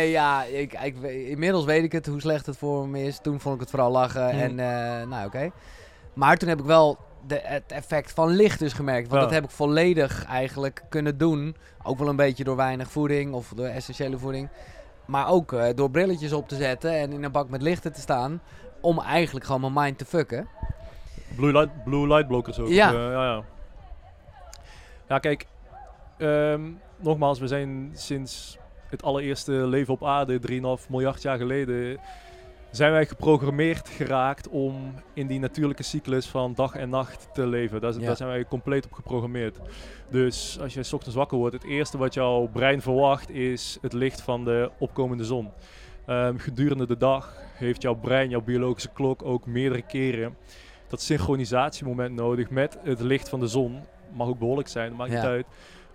A: Inmiddels weet ik het, hoe slecht het voor me is. Toen vond ik het vooral lachen. En oké. Maar toen heb ik wel het effect van licht dus gemerkt. Want dat heb ik volledig eigenlijk kunnen doen. Ook wel een beetje door weinig voeding of door essentiële voeding. Maar ook door brilletjes op te zetten en in een bak met lichten te staan. Om eigenlijk gewoon mijn mind te fucken.
B: Blue light blockers ook.
A: Ja.
B: Ja, kijk. Nogmaals, we zijn sinds het allereerste leven op aarde, 3,5 miljard jaar geleden, zijn wij geprogrammeerd geraakt om in die natuurlijke cyclus van dag en nacht te leven. Daar zijn wij compleet op geprogrammeerd. Dus als je 's ochtends wakker wordt, het eerste wat jouw brein verwacht is het licht van de opkomende zon. Gedurende de dag heeft jouw brein, jouw biologische klok ook meerdere keren dat synchronisatiemoment nodig met het licht van de zon. Mag ook behoorlijk zijn, maakt niet uit.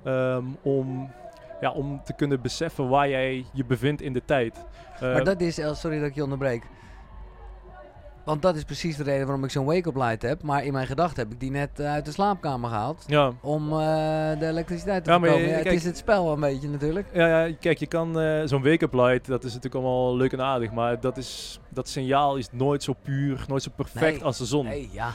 B: Om te kunnen beseffen waar jij je bevindt in de tijd.
A: Maar dat is, sorry dat ik je onderbreek. Want dat is precies de reden waarom ik zo'n wake-up light heb. Maar in mijn gedachten heb ik die net uit de slaapkamer gehaald. Ja. Om de elektriciteit te voorkomen. Het is het spel een beetje natuurlijk.
B: Ja, kijk, je kan zo'n wake-up light, dat is natuurlijk allemaal leuk en aardig. Maar dat signaal is nooit zo puur, nooit zo perfect als de zon.
A: Nee, ja.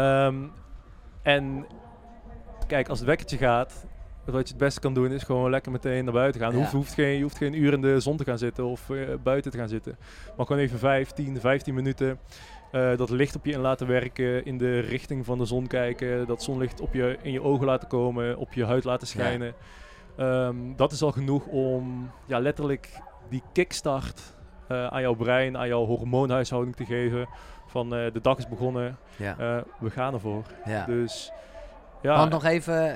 B: En kijk, als het wekkertje gaat, wat je het beste kan doen is gewoon lekker meteen naar buiten gaan. Je hoeft geen uur in de zon te gaan zitten of buiten te gaan zitten. Maar gewoon even 15 minuten dat licht op je in laten werken, in de richting van de zon kijken, dat zonlicht in je ogen laten komen, op je huid laten schijnen. Ja. Dat is al genoeg om letterlijk die kickstart aan jouw brein, aan jouw hormoonhuishouding te geven. Van de dag is begonnen, we gaan ervoor. Ja. Dus...
A: Ja. Want nog even,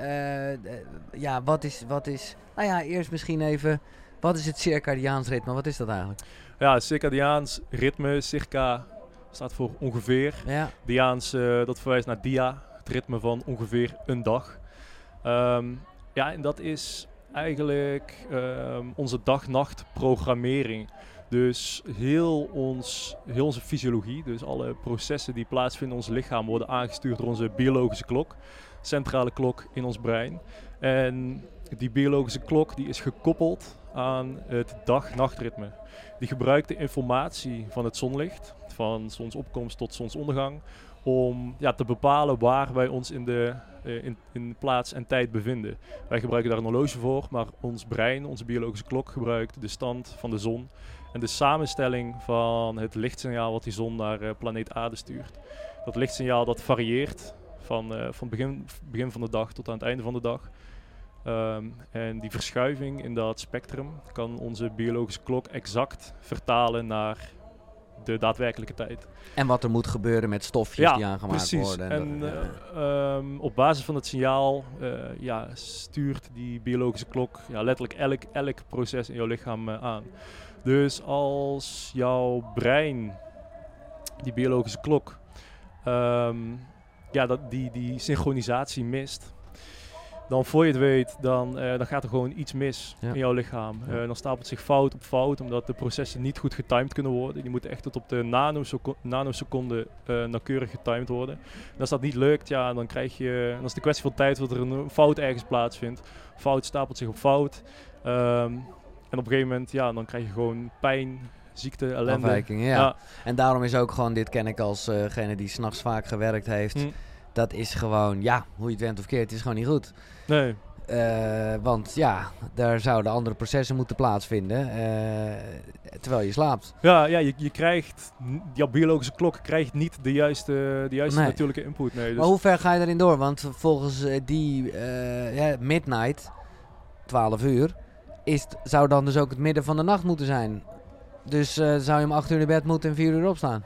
A: wat is... Nou ja, eerst misschien even, wat is het circadiaans ritme? Wat is dat eigenlijk?
B: Ja, het circadiaans ritme, circa, staat voor ongeveer. Ja. Diaans, dat verwijst naar dia, het ritme van ongeveer een dag. En dat is eigenlijk onze dag-nacht programmering. Dus heel onze fysiologie, dus alle processen die plaatsvinden in ons lichaam, worden aangestuurd door onze biologische klok. Centrale klok in ons brein. En die biologische klok die is gekoppeld aan het dag-nachtritme. Die gebruikt de informatie van het zonlicht, van zonsopkomst tot zonsondergang, om te bepalen waar wij ons in plaats en tijd bevinden. Wij gebruiken daar een horloge voor, maar ons brein, onze biologische klok, gebruikt de stand van de zon en de samenstelling van het lichtsignaal wat die zon naar planeet Aarde stuurt. Dat lichtsignaal dat varieert van het begin van de dag tot aan het einde van de dag. En die verschuiving in dat spectrum kan onze biologische klok exact vertalen naar de daadwerkelijke tijd.
A: En wat er moet gebeuren met stofjes die aangemaakt worden.
B: En op basis van het signaal stuurt die biologische klok letterlijk elk proces in jouw lichaam aan. Dus als jouw brein die biologische klok die synchronisatie mist, dan voor je het weet, dan gaat er gewoon iets mis
A: Ja.
B: in jouw lichaam.
A: Ja.
B: Dan stapelt zich fout op fout, omdat de processen niet goed getimed kunnen worden. Die moeten echt tot op de nanoseconde nauwkeurig getimed worden. En als dat niet lukt, ja, dan dan is het de kwestie van tijd dat er een fout ergens plaatsvindt. Fout stapelt zich op fout. En op een gegeven moment, ja, dan krijg je gewoon pijn, ziekte, ellende.
A: Afwijkingen, ja. En daarom is ook gewoon, dit ken ik als degene die 's nachts vaak gewerkt heeft. Dat is gewoon, ja, hoe je het went of keert, het is gewoon niet goed.
B: Nee.
A: Want ja, daar zouden andere processen moeten plaatsvinden, terwijl je slaapt.
B: Ja, je krijgt, jouw biologische klok krijgt niet de juiste
A: Nee.
B: natuurlijke input. Nee, dus
A: Maar hoe ver ga je daarin door? Want volgens midnight, 12 uur, zou dan dus ook het midden van de nacht moeten zijn. Dus zou je om 8 uur in bed moeten en 4 uur opstaan?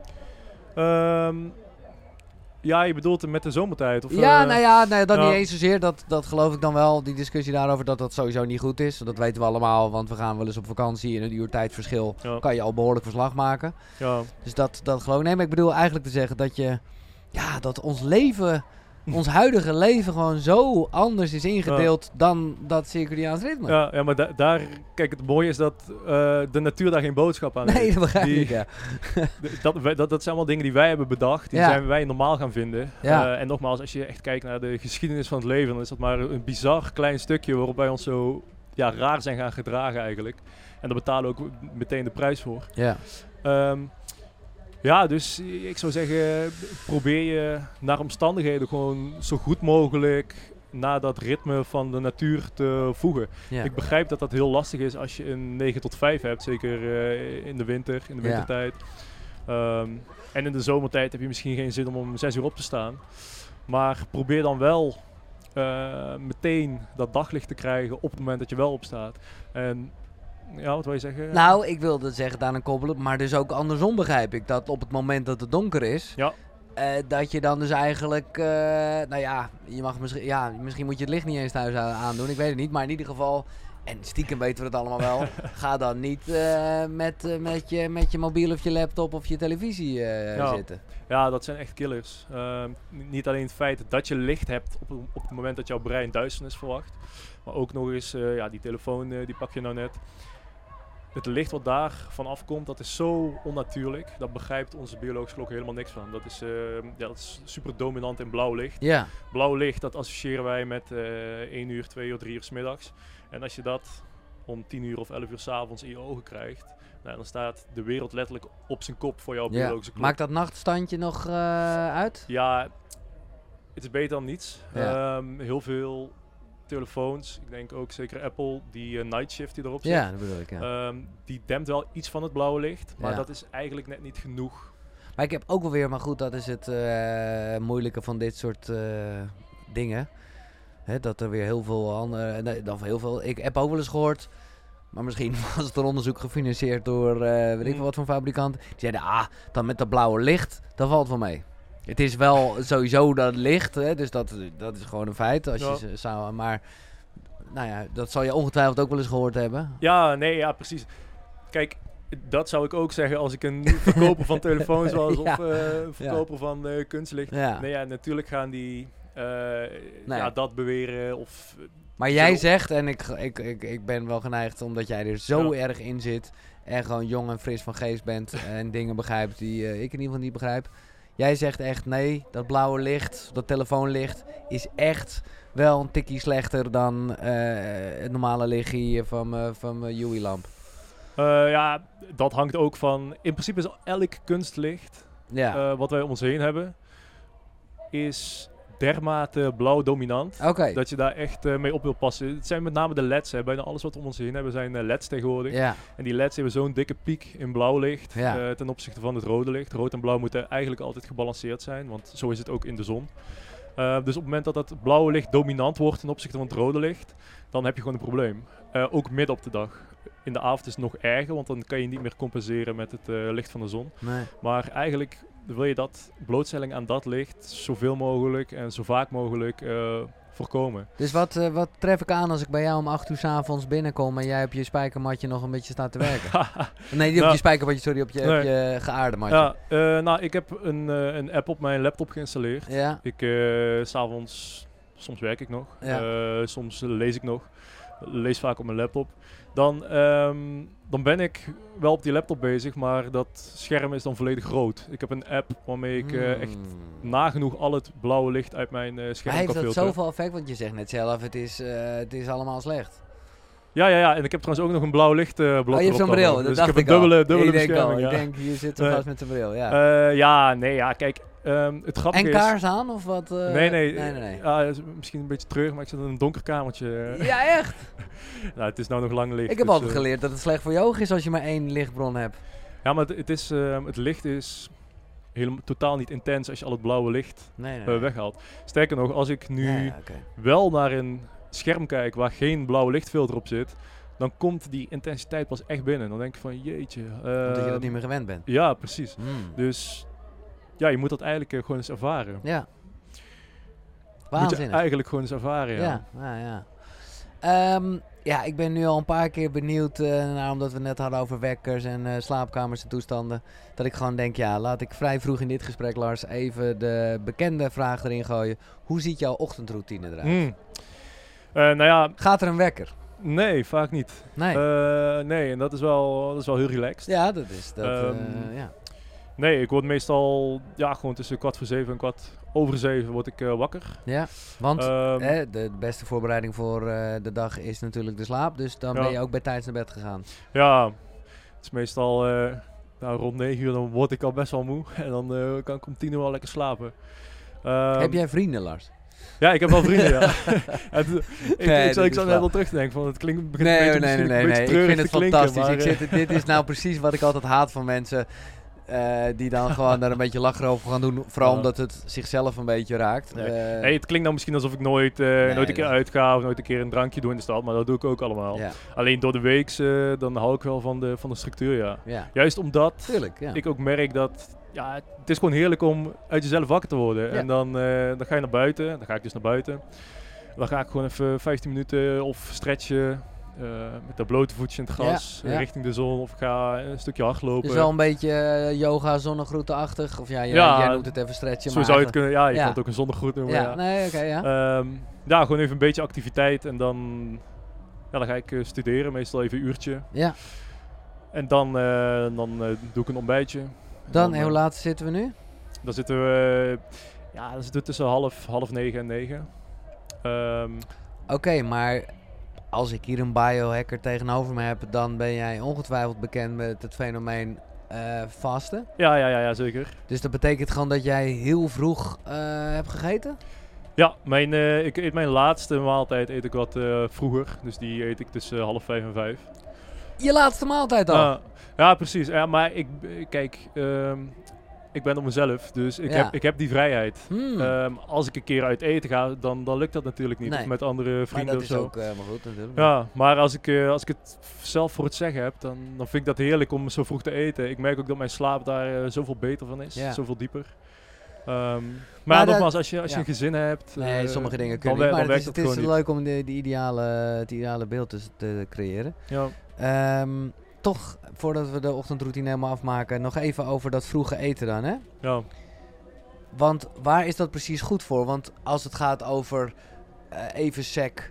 B: Ja, je bedoelt het met de zomertijd? Of,
A: Dat niet eens zozeer. Dat geloof ik dan wel. Die discussie daarover dat dat sowieso niet goed is. Dat weten we allemaal, want we gaan wel eens op vakantie. In een uur tijdverschil kan je al behoorlijk verslag maken.
B: Ja.
A: Dus dat geloof ik. Nee, maar ik bedoel eigenlijk te zeggen dat ons leven, ons huidige leven gewoon zo anders is ingedeeld dan dat circadiaans ritme.
B: Ja, maar kijk, het mooie is dat de natuur daar geen boodschap aan heeft.
A: Nee, dat begrijp ik, ja.
B: Dat zijn allemaal dingen die wij hebben bedacht, die zijn wij normaal gaan vinden.
A: Ja.
B: En nogmaals, als je echt kijkt naar de geschiedenis van het leven, dan is dat maar een bizar klein stukje waarop wij ons zo raar zijn gaan gedragen eigenlijk. En daar betalen we ook meteen de prijs voor.
A: Ja.
B: Dus ik zou zeggen, probeer je naar omstandigheden gewoon zo goed mogelijk naar dat ritme van de natuur te voegen.
A: Ja.
B: Ik begrijp dat dat heel lastig is als je een 9 tot 5 hebt, zeker in de wintertijd. En in de zomertijd heb je misschien geen zin om 6 uur op te staan. Maar probeer dan wel meteen dat daglicht te krijgen op het moment dat je wel opstaat. En ja, wat wil je zeggen?
A: Nou, ik wilde zeggen aan een koppelen, maar dus ook andersom begrijp ik. Dat op het moment dat het donker is, dat je dan dus eigenlijk, je mag misschien moet je het licht niet eens thuis aandoen, ik weet het niet. Maar in ieder geval, en stiekem weten we het allemaal wel, ga dan niet met je mobiel of je laptop of je televisie zitten.
B: Ja, dat zijn echt killers. Niet alleen het feit dat je licht hebt op het moment dat jouw brein duisternis verwacht, maar ook nog eens, die telefoon die pak je nou net. Het licht wat daar van afkomt, dat is zo onnatuurlijk. Dat begrijpt onze biologische klok helemaal niks van. Dat is super dominant in blauw licht.
A: Ja.
B: Blauw licht, dat associëren wij met 1 uur, 2 uur, 3 uur 's middags. En als je dat om 10 uur of 11 uur 's avonds in je ogen krijgt, dan staat de wereld letterlijk op zijn kop voor jouw biologische klok.
A: Maakt dat nachtstandje nog uit?
B: Ja, het is beter dan niets.
A: Ja.
B: Heel veel telefoons, ik denk ook zeker Apple, die night shift die erop zit.
A: Ja, dat bedoel ik, ja.
B: Die dempt wel iets van het blauwe licht, maar dat is eigenlijk net niet genoeg.
A: Maar ik heb ook wel weer, maar goed, dat is het moeilijke van dit soort dingen. Dat er weer heel veel ik heb ook wel eens gehoord, maar misschien was het een onderzoek gefinancierd door weet ik veel wat voor fabrikant. Die zeiden, dan met dat blauwe licht, dat valt wel mee. Het is wel sowieso dat licht, dus dat is gewoon een feit. Als je zou, maar nou ja, dat zal je ongetwijfeld ook wel eens gehoord hebben.
B: Ja, precies. Kijk, dat zou ik ook zeggen als ik een verkoper van telefoons was of verkoper van kunstlicht.
A: Ja.
B: Nee, natuurlijk gaan die dat beweren of...
A: Maar jij zegt, en ik ben wel geneigd omdat jij er zo erg in zit en gewoon jong en fris van geest bent en dingen begrijpt die ik in ieder geval niet begrijp. Jij zegt echt, nee, dat blauwe licht, dat telefoonlicht is echt wel een tikkie slechter dan het normale licht hier van mijn UV-lamp.
B: Dat hangt ook van... In principe is elk kunstlicht wat wij om ons heen hebben, is dermate blauw dominant.
A: Okay.
B: Dat je daar echt mee op wil passen. Het zijn met name de LED's. Bijna alles wat we om ons heen hebben zijn LED's tegenwoordig.
A: Ja.
B: En die LED's hebben zo'n dikke piek in blauw licht ten opzichte van het rode licht. Rood en blauw moeten eigenlijk altijd gebalanceerd zijn, want zo is het ook in de zon. Dus op het moment dat het blauwe licht dominant wordt ten opzichte van het rode licht, dan heb je gewoon een probleem. Ook midden op de dag. In de avond is het nog erger, want dan kan je niet meer compenseren met het licht van de zon.
A: Nee.
B: Maar eigenlijk wil je dat blootstelling aan dat licht zoveel mogelijk en zo vaak mogelijk voorkomen.
A: Dus wat tref ik aan als ik bij jou om 8 uur 's avonds binnenkom en jij op je spijkermatje nog een beetje staat te werken? Nee, niet op je spijkermatje, sorry, op je geaarde matje.
B: Ik heb een app op mijn laptop geïnstalleerd.
A: Ja.
B: Ik 's avonds Soms werk ik nog.
A: Ja.
B: Soms lees ik nog. Lees vaak op mijn laptop. Dan ben ik wel op die laptop bezig, maar dat scherm is dan volledig rood. Ik heb een app waarmee ik echt nagenoeg al het blauwe licht uit mijn scherm
A: Maar
B: kan
A: heeft dat
B: filteren.
A: zoveel effect? Want je zegt net zelf, het is allemaal slecht.
B: Ja. En ik heb trouwens ook nog een blauw lichtblok.
A: Je hebt zo'n bril, dat
B: dus
A: dacht
B: ik heb
A: ik
B: een dubbele
A: ik denk
B: bescherming.
A: al, ik denk, hier zit een gast met zijn bril,
B: Kijk, het grappige
A: En
B: is...
A: kaars aan, of wat?
B: Nee.
A: Nee.
B: Ja, is misschien een beetje treurig, maar ik zit in een donker kamertje.
A: Ja, echt?
B: Nou, het is nou nog lang licht.
A: Ik heb
B: dus,
A: altijd geleerd dat het slecht voor je ogen is als je maar één lichtbron hebt.
B: Ja, maar het licht is helemaal totaal niet intens als je al het blauwe licht
A: Nee.
B: weghaalt. Sterker nog, als ik nu
A: Ja, oké.
B: wel naar een scherm kijk waar geen blauwe lichtfilter op zit, dan komt die intensiteit pas echt binnen. Dan denk ik van jeetje.
A: Omdat je dat niet meer gewend bent.
B: Ja, precies. Dus ja, je moet dat eigenlijk gewoon eens ervaren.
A: Ja.
B: Moet je
A: Waanzinnig.
B: eigenlijk gewoon eens ervaren, ja.
A: Ja, ik ben nu al een paar keer benieuwd, omdat we het net hadden over wekkers en slaapkamers en toestanden. Dat ik gewoon denk, laat ik vrij vroeg in dit gesprek, Lars, even de bekende vraag erin gooien. Hoe ziet jouw ochtendroutine eruit?
B: Nou ja...
A: Gaat er een wekker?
B: Nee, vaak niet.
A: Nee.
B: Nee, en dat is wel heel relaxed.
A: Ja, dat is dat. Ja.
B: Nee, ik word meestal gewoon tussen 6:15 en 7:15 word ik wakker.
A: Ja, want de beste voorbereiding voor de dag is natuurlijk de slaap. Dus dan ben je ook bij tijds naar bed gegaan.
B: Ja, het is meestal rond 9 uur, dan word ik al best wel moe. En dan kan ik om 10 uur al lekker slapen.
A: Heb jij vrienden, Lars?
B: Ja, ik heb wel vrienden, ja. Ik zat net
A: wel
B: al terug te denken van het klinkt
A: Nee.
B: Ik
A: vind het fantastisch.
B: Maar,
A: Dit is nou precies wat ik altijd haat van mensen die dan gewoon daar een beetje lachen over gaan doen. Vooral omdat het zichzelf een beetje raakt.
B: Nee. Het klinkt nou misschien alsof ik nooit een keer uitga of nooit een keer een drankje doe in de stad, maar dat doe ik ook allemaal. Ja. Alleen door de week dan hou ik wel van de structuur, ja. Juist omdat ik ook merk dat het is gewoon heerlijk om uit jezelf wakker te worden. Ja. En dan ga je naar buiten. Dan ga ik dus naar buiten. Dan ga ik gewoon even 15 minuten of stretchen. Met dat blote voetje in het gras. Richting de zon. Of ik ga een stukje hardlopen.
A: Dus wel een beetje yoga, zonnegroete-achtig. Of jij noemt het even stretchen.
B: Zo zou je het kunnen. Ja, je kan het ook een zonnegroet noemen. Gewoon even een beetje activiteit. En dan ga ik studeren. Meestal even een uurtje.
A: Ja.
B: En dan doe ik een ontbijtje.
A: Dan hoe laat zitten we nu?
B: Dan zitten we tussen half 9 en 9.
A: Oké, maar als ik hier een biohacker tegenover me heb, dan ben jij ongetwijfeld bekend met het fenomeen vasten.
B: Ja, zeker.
A: Dus dat betekent gewoon dat jij heel vroeg hebt gegeten?
B: Ja, ik eet mijn laatste maaltijd eet ik wat vroeger. Dus die eet ik tussen 4:30 en 5.
A: Je laatste maaltijd al?
B: Ja, precies. Ja, maar ik ben op mezelf, dus ik heb die vrijheid. Als ik een keer uit eten ga, dan lukt dat natuurlijk niet.
A: Nee.
B: Of met andere vrienden of zo.
A: Maar dat is ook maar goed natuurlijk.
B: Ja, maar als ik het zelf voor het zeggen heb, dan vind ik dat heerlijk om zo vroeg te eten. Ik merk ook dat mijn slaap daar zoveel beter van is. Ja. Zoveel dieper. Maar nogmaals, als je een gezin hebt...
A: Nee, sommige dingen kunnen niet. Maar het is leuk om het ideale beeld te creëren.
B: Ja.
A: Toch, voordat we de ochtendroutine helemaal afmaken, nog even over dat vroege eten dan, hè?
B: Ja.
A: Want waar is dat precies goed voor? Want als het gaat over even sec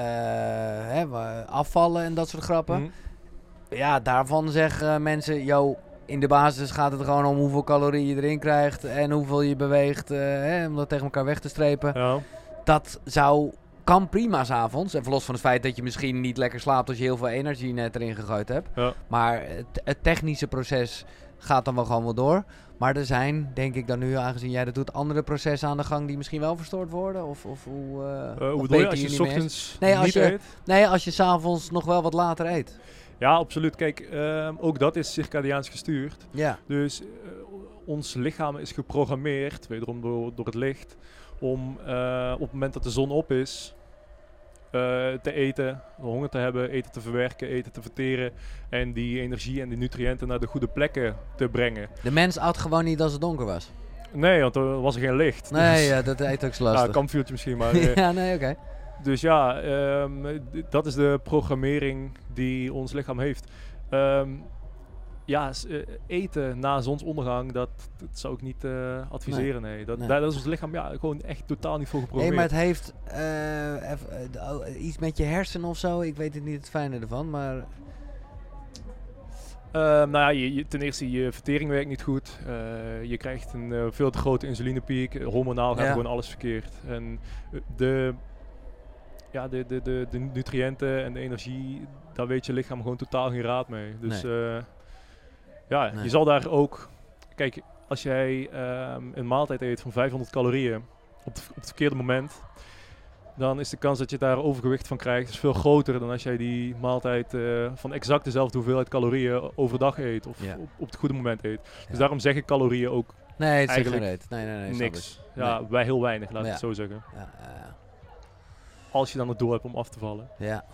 A: afvallen en dat soort grappen. Ja, daarvan zeggen mensen, in de basis gaat het gewoon om hoeveel calorieën je erin krijgt en hoeveel je beweegt, om dat tegen elkaar weg te strepen.
B: Ja.
A: Dat kan prima 's avonds. Even los van het feit dat je misschien niet lekker slaapt als je heel veel energie net erin gegooid hebt.
B: Ja.
A: Maar het technische proces gaat dan wel gewoon wel door. Maar er zijn, denk ik dan nu, aangezien jij dat doet, andere processen aan de gang die misschien wel verstoord worden? Of
B: hoe bedoel je als je 's ochtends niet eet?
A: Nee, als je 's avonds nog wel wat later eet.
B: Ja, absoluut. Kijk, ook dat is circadiaans gestuurd.
A: Ja.
B: Dus ons lichaam is geprogrammeerd, wederom door het licht, om op het moment dat de zon op is, te eten, honger te hebben, eten te verwerken, eten te verteren en die energie en die nutriënten naar de goede plekken te brengen.
A: De mens at gewoon niet als het donker was?
B: Nee, want er was er geen licht.
A: Nee, dus, dat eet ook zo lastig.
B: Ja, kampvuurtje misschien, maar...
A: oké.
B: Dus dat is de programmering die ons lichaam heeft. eten na zonsondergang, dat zou ik niet adviseren. Nee. Daar is ons lichaam gewoon echt totaal niet voor geprogrammeerd.
A: Maar het heeft iets met je hersenen of zo. Ik weet het niet het fijne ervan, maar...
B: ten eerste, je vertering werkt niet goed. Je krijgt een veel te grote insulinepiek. Hormonaal gaat gewoon alles verkeerd. En de nutriënten en de energie, daar weet je lichaam gewoon totaal geen raad mee. Dus je zal daar ook... Kijk, als jij een maaltijd eet van 500 calorieën op het verkeerde moment, dan is de kans dat je daar overgewicht van krijgt is veel groter dan als jij die maaltijd van exact dezelfde hoeveelheid calorieën overdag eet of op het goede moment eet. Dus daarom zeg ik calorieën ook eigenlijk niks. Ja, wij heel weinig, laat ik het zo zeggen. Als je dan het doel hebt om af te vallen.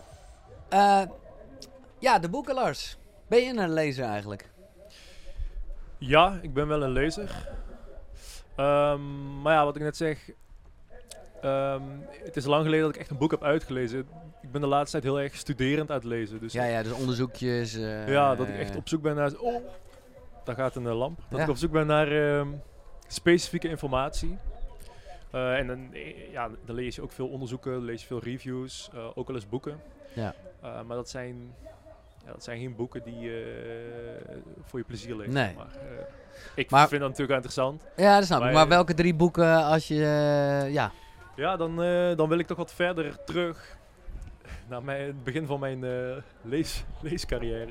A: Ja. De boeken, Lars. Ben je een lezer eigenlijk?
B: Ja, ik ben wel een lezer. Maar ja, wat ik net zeg... het is lang geleden dat ik echt een boek heb uitgelezen. Ik ben de laatste tijd heel erg studerend aan het lezen. Dus
A: dus onderzoekjes.
B: dat ik echt op zoek ben naar... Oh, daar gaat een lamp. Dat ik op zoek ben naar specifieke informatie. En dan lees je ook veel onderzoeken, lees je veel reviews, ook wel eens boeken.
A: Ja.
B: Maar dat zijn geen boeken die je voor je plezier leest.
A: Nee.
B: Ik vind dat natuurlijk interessant.
A: Ja, dat snap ik. Maar welke 3 boeken als je...
B: Ja, dan wil ik toch wat verder terug naar het begin van mijn leescarrière.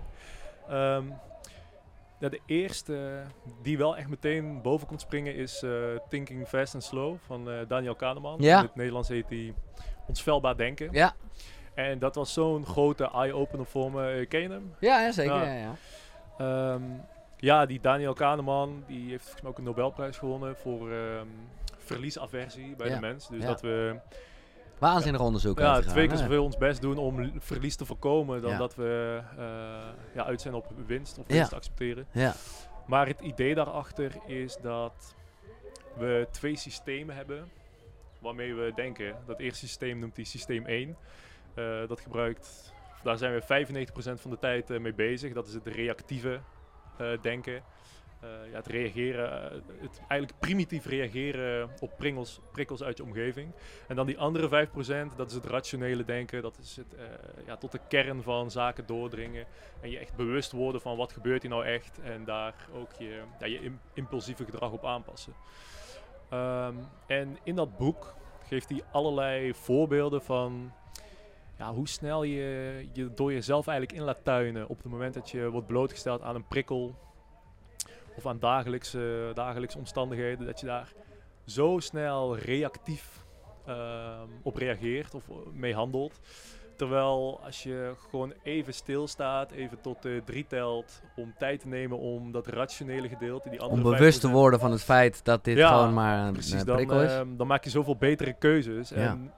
B: De eerste die wel echt meteen boven komt springen is Thinking Fast and Slow van Daniel Kahneman.
A: Ja.
B: In het Nederlands heet die Onfeilbaar Denken.
A: Ja.
B: En dat was zo'n grote eye-opener voor me. Ken je hem?
A: Ja, zeker.
B: Die Daniel Kahneman die heeft volgens mij ook een Nobelprijs gewonnen voor verliesaversie bij de mens. Dus dat we...
A: Waanzinnig onderzoek.
B: 2 keer zoveel ons best doen om verlies te voorkomen dan dat we uit zijn op winst of winst accepteren. Ja. Maar het idee daarachter is dat we 2 systemen hebben waarmee we denken. Dat eerste systeem noemt hij systeem 1. Daar zijn we 95% van de tijd mee bezig. Dat is het reactieve denken. Het reageren, het eigenlijk primitief reageren op prikkels uit je omgeving. En dan die andere 5%, dat is het rationele denken. Dat is het tot de kern van zaken doordringen. En je echt bewust worden van wat gebeurt hier nou echt. En daar ook je impulsieve gedrag op aanpassen. En in dat boek geeft hij allerlei voorbeelden van... hoe snel je door jezelf eigenlijk in laat tuinen op het moment dat je wordt blootgesteld aan een prikkel of aan dagelijkse omstandigheden, dat je daar zo snel reactief op reageert of mee handelt. Terwijl als je gewoon even stilstaat, even tot 3 telt, om tijd te nemen om dat rationele gedeelte, die andere 5%... Om
A: bewust te worden van het feit dat dit gewoon maar een prikkel is.
B: Dan maak je zoveel betere keuzes. En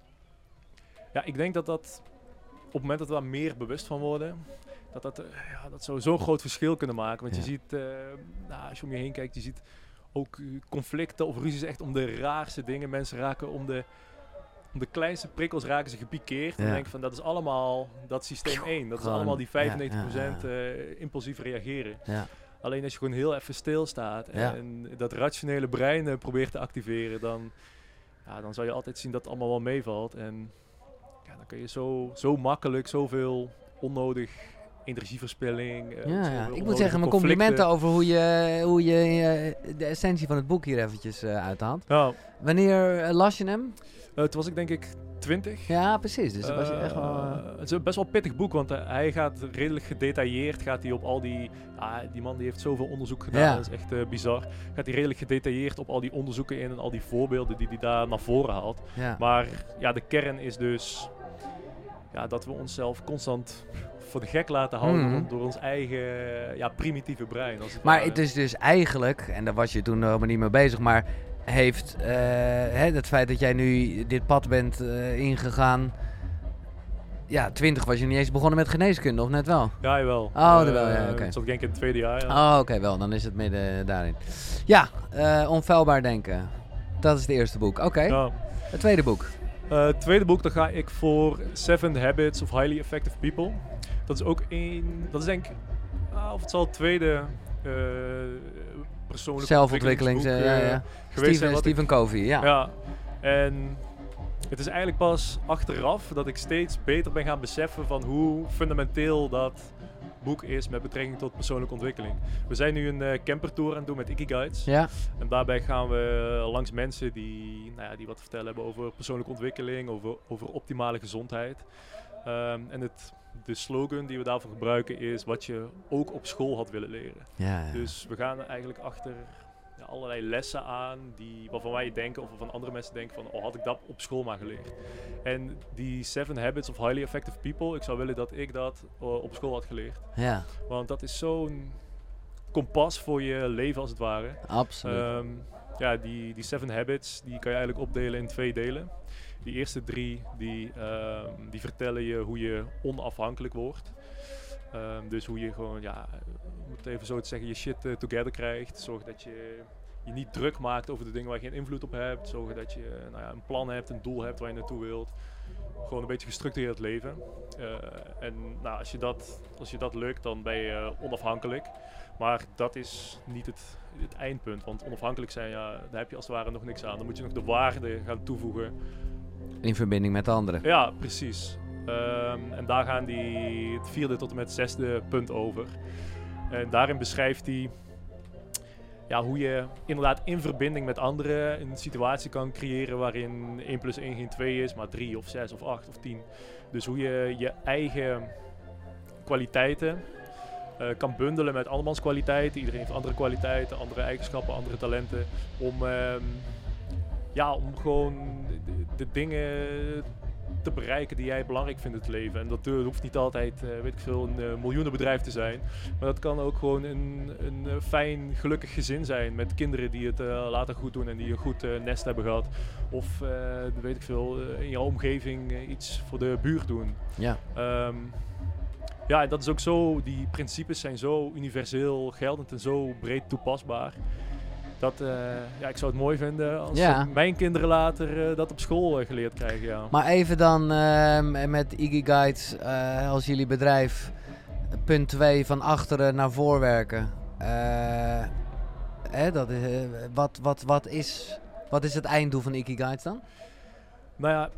B: ik denk dat op het moment dat we daar meer bewust van worden, dat zou zo'n groot verschil kunnen maken. Want je ziet, als je om je heen kijkt, je ziet ook conflicten of ruzies echt om de raarste dingen. Mensen raken om de kleinste prikkels raken ze gepikeerd. En denk van, dat is allemaal dat systeem 1. Dat is allemaal die 95% impulsief reageren. Ja. Alleen als je gewoon heel even stilstaat en dat rationele brein probeert te activeren, dan zou je altijd zien dat het allemaal wel meevalt. En dan kun je zo makkelijk zoveel onnodig energieverspilling.
A: Ik moet zeggen, mijn complimenten over hoe je de essentie van het boek hier eventjes uithaalt. Ja. Wanneer las je hem?
B: Toen was ik denk ik 20.
A: Ja, precies. Dus was je echt wel...
B: Het is een best wel pittig boek, want hij gaat redelijk gedetailleerd op al die... die man die heeft zoveel onderzoek gedaan, dat is echt bizar. Gaat hij redelijk gedetailleerd op al die onderzoeken in en al die voorbeelden die hij daar naar voren haalt. Ja. Maar de kern is dus dat we onszelf constant voor de gek laten houden door ons eigen primitieve brein.
A: Maar het is dus eigenlijk, en daar was je toen nog niet mee bezig, maar heeft het feit dat jij nu dit pad bent ingegaan... 20 was je niet eens begonnen met geneeskunde, of net wel?
B: Ja, jawel.
A: Oh, wel, ja, oké.
B: Dat zat denk ik in het 2e jaar. Ja.
A: Oh, oké, wel. Dan is het midden daarin. Ja, Onfeilbaar Denken. Dat is het eerste boek. Oké. Ja. Het tweede boek.
B: Het tweede boek, dan ga ik voor 7 Habits of Highly Effective People. Dat is ook dat is denk ik of het zal het tweede persoonlijke
A: Zelfontwikkelings,
B: ontwikkelingsboek geweest zijn.
A: Stephen Covey, ja.
B: Ja, en het is eigenlijk pas achteraf dat ik steeds beter ben gaan beseffen van hoe fundamenteel dat boek is met betrekking tot persoonlijke ontwikkeling. We zijn nu een campertour aan het doen met Ikigaits.
A: Ja.
B: En daarbij gaan we langs mensen die wat te vertellen hebben over persoonlijke ontwikkeling, over optimale gezondheid. En de slogan die we daarvoor gebruiken is wat je ook op school had willen leren.
A: Ja.
B: Dus we gaan eigenlijk achter allerlei lessen aan waarvan wij denken of waarvan andere mensen denken van had ik dat op school maar geleerd. En die 7 Habits of Highly Effective People, ik zou willen dat ik dat op school had geleerd.
A: Ja.
B: Want dat is zo'n kompas voor je leven als het ware.
A: Absoluut.
B: Die 7 Habits die kan je eigenlijk opdelen in 2 delen. Die eerste 3 die vertellen je hoe je onafhankelijk wordt. Dus hoe je gewoon, om het even zo te zeggen, je shit together krijgt. Zorg dat je je niet druk maakt over de dingen waar je geen invloed op hebt. Zorg dat je een plan hebt, een doel hebt waar je naartoe wilt. Gewoon een beetje gestructureerd leven. Als je dat lukt, dan ben je onafhankelijk. Maar dat is niet het eindpunt. Want onafhankelijk zijn, daar heb je als het ware nog niks aan. Dan moet je nog de waarde gaan toevoegen.
A: In verbinding met anderen.
B: Ja, precies. En daar gaan het 4e tot en met 6e punt over. En daarin beschrijft hij hoe je inderdaad in verbinding met anderen een situatie kan creëren waarin 1 + 1 geen 2 is, maar 3 of 6 of 8 of 10. Dus hoe je je eigen kwaliteiten kan bundelen met andermans kwaliteiten. Iedereen heeft andere kwaliteiten, andere eigenschappen, andere talenten. Om gewoon de dingen te bereiken die jij belangrijk vindt in het leven. En dat hoeft niet altijd, een miljoenenbedrijf te zijn. Maar dat kan ook gewoon een fijn, gelukkig gezin zijn met kinderen die het later goed doen en die een goed nest hebben gehad. Of in jouw omgeving iets voor de buurt doen.
A: Ja.
B: En dat is ook zo, die principes zijn zo universeel geldend en zo breed toepasbaar. Dat, ik zou het mooi vinden als mijn kinderen later dat op school geleerd krijgen. Ja.
A: Maar even dan met Ikigaits als jullie bedrijf punt 2 van achteren naar voor werken. Wat is het einddoel van Ikigaits dan?
B: Nou ja,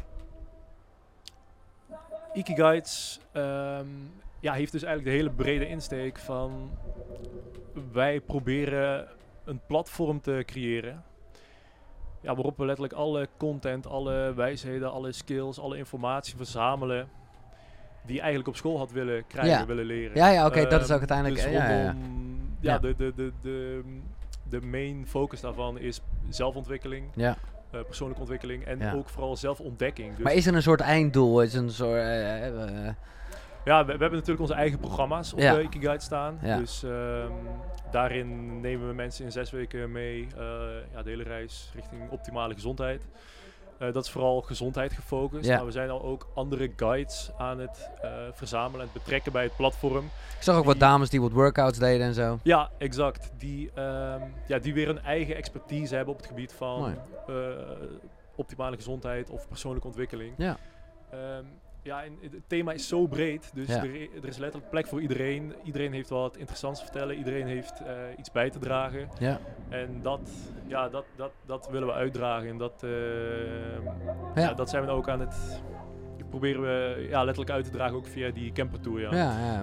B: Ikigaits heeft dus eigenlijk de hele brede insteek van wij proberen een platform te creëren waarop we letterlijk alle content, alle wijsheden, alle skills, alle informatie verzamelen die je eigenlijk op school had willen krijgen, willen leren.
A: Oké, dat is ook uiteindelijk...
B: Dus de main focus daarvan is zelfontwikkeling, persoonlijke ontwikkeling en ook vooral zelfontdekking. Dus
A: maar is er een soort einddoel? Is er een soort...
B: we hebben natuurlijk onze eigen programma's op Ikigaits staan. Ja. Dus daarin nemen we mensen in 6 weken mee. De hele reis richting optimale gezondheid. Dat is vooral gezondheid gefocust. Maar we zijn al ook andere guides aan het verzamelen en betrekken bij het platform.
A: Ik zag ook wat dames die wat workouts deden en zo.
B: Ja, exact. Die weer een eigen expertise hebben op het gebied van optimale gezondheid of persoonlijke ontwikkeling.
A: Ja.
B: En het thema is zo breed, dus er is letterlijk plek voor iedereen. Iedereen heeft wat interessants te vertellen, iedereen heeft iets bij te dragen. Ja. En dat willen we uitdragen en dat zijn we ook aan het... proberen we letterlijk uit te dragen, ook via die campertour.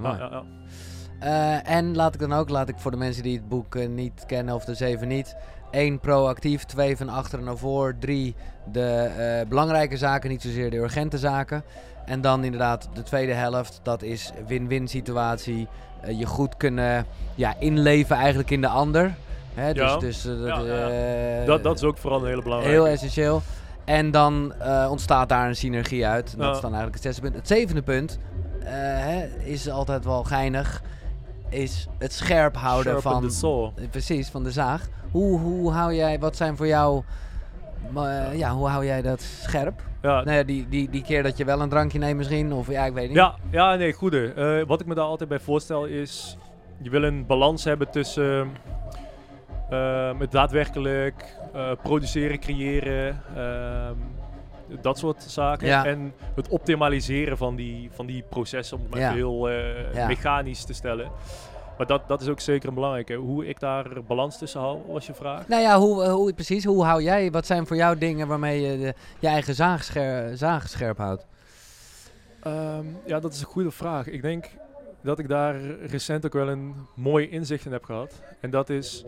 A: En laat ik voor de mensen die het boek niet kennen of de 7 niet... 1 proactief, 2 van achteren naar voor, 3 de belangrijke zaken, niet zozeer de urgente zaken. En dan inderdaad de tweede helft, dat is win-win situatie. Je goed kunnen inleven eigenlijk in de ander. Hè? Dat is ook vooral een hele belangrijke. Heel essentieel. En dan ontstaat daar een synergie uit. Dat is dan eigenlijk het 6e punt. Het 7e punt is altijd wel geinig. Is het scherp houden van de zaag. Hoe hou jij, wat zijn voor jou, hoe hou jij dat scherp? Ja. Nou ja, die keer dat je wel een drankje neemt misschien, of ik weet niet.
B: Goede. Wat ik me daar altijd bij voorstel is, je wil een balans hebben tussen het daadwerkelijk produceren, creëren, dat soort zaken. En het optimaliseren van die processen, om het maar heel mechanisch te stellen. Maar dat is ook zeker belangrijk. Hè. Hoe ik daar balans tussen hou, was je vraag?
A: Nou ja, hoe hou jij, wat zijn voor jou dingen waarmee je je eigen zaag scherp houdt?
B: Ja, dat is een goede vraag. Ik denk dat ik daar recent ook wel een mooi inzicht in heb gehad. En dat is...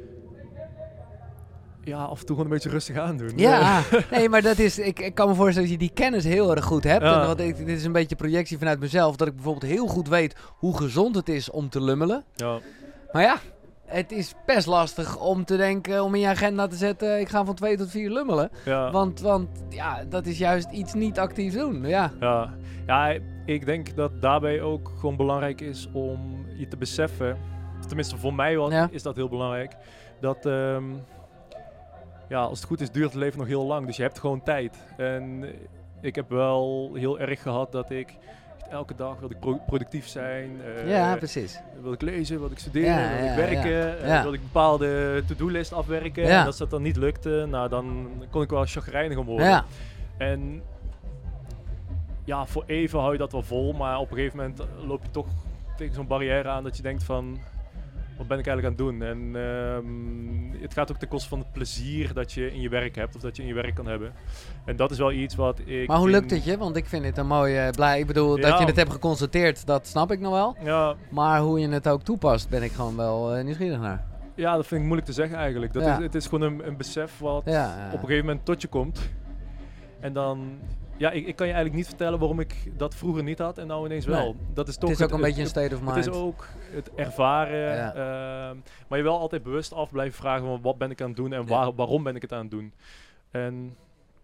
B: Ja, af en toe gewoon een beetje rustig aandoen.
A: Ja, nee, maar dat is... Ik kan me voorstellen dat je die kennis heel erg goed hebt.
B: Ja.
A: En dit is een beetje projectie vanuit mezelf. Dat ik bijvoorbeeld heel goed weet hoe gezond het is om te lummelen.
B: Ja.
A: Maar ja, het is best lastig om te denken, om in je agenda te zetten... ik ga van 2 tot 4 lummelen.
B: Ja.
A: Want ja, dat is juist iets niet actief doen. Ja.
B: Ja, ik denk dat daarbij ook gewoon belangrijk is om je te beseffen... Tenminste, voor mij is dat heel belangrijk. Dat... als het goed is, duurt het leven nog heel lang. Dus je hebt gewoon tijd. En ik heb wel heel erg gehad dat ik elke dag wilde productief zijn.
A: Ja, precies.
B: Wil ik lezen, wil ik studeren, wil ik werken. Wil ik bepaalde to-do-list afwerken.
A: Ja.
B: En als dat dan niet lukte, nou, dan kon ik wel chagrijnig om worden.
A: Ja.
B: En ja, voor even hou je dat wel vol. Maar op een gegeven moment loop je toch tegen zo'n barrière aan dat je denkt van... Wat ben ik eigenlijk aan het doen? En het gaat ook ten koste van het plezier dat je in je werk hebt. Of dat je in je werk kan hebben. En dat is wel iets wat ik...
A: Maar hoe lukt het je? Want ik vind het een mooie... Ik bedoel, dat je het hebt geconstateerd, dat snap ik nog wel.
B: Ja.
A: Maar hoe je het ook toepast, ben ik gewoon wel nieuwsgierig naar.
B: Ja, dat vind ik moeilijk te zeggen eigenlijk. Het is gewoon een besef wat op een gegeven moment tot je komt. En dan... Ja, ik kan je eigenlijk niet vertellen waarom ik dat vroeger niet had en nou ineens wel.
A: Nee.
B: Dat is toch
A: het is ook een beetje een state of mind.
B: Het is ook het ervaren. Maar je wel altijd bewust af blijven vragen van wat ben ik aan het doen en waarom ben ik het aan het doen. En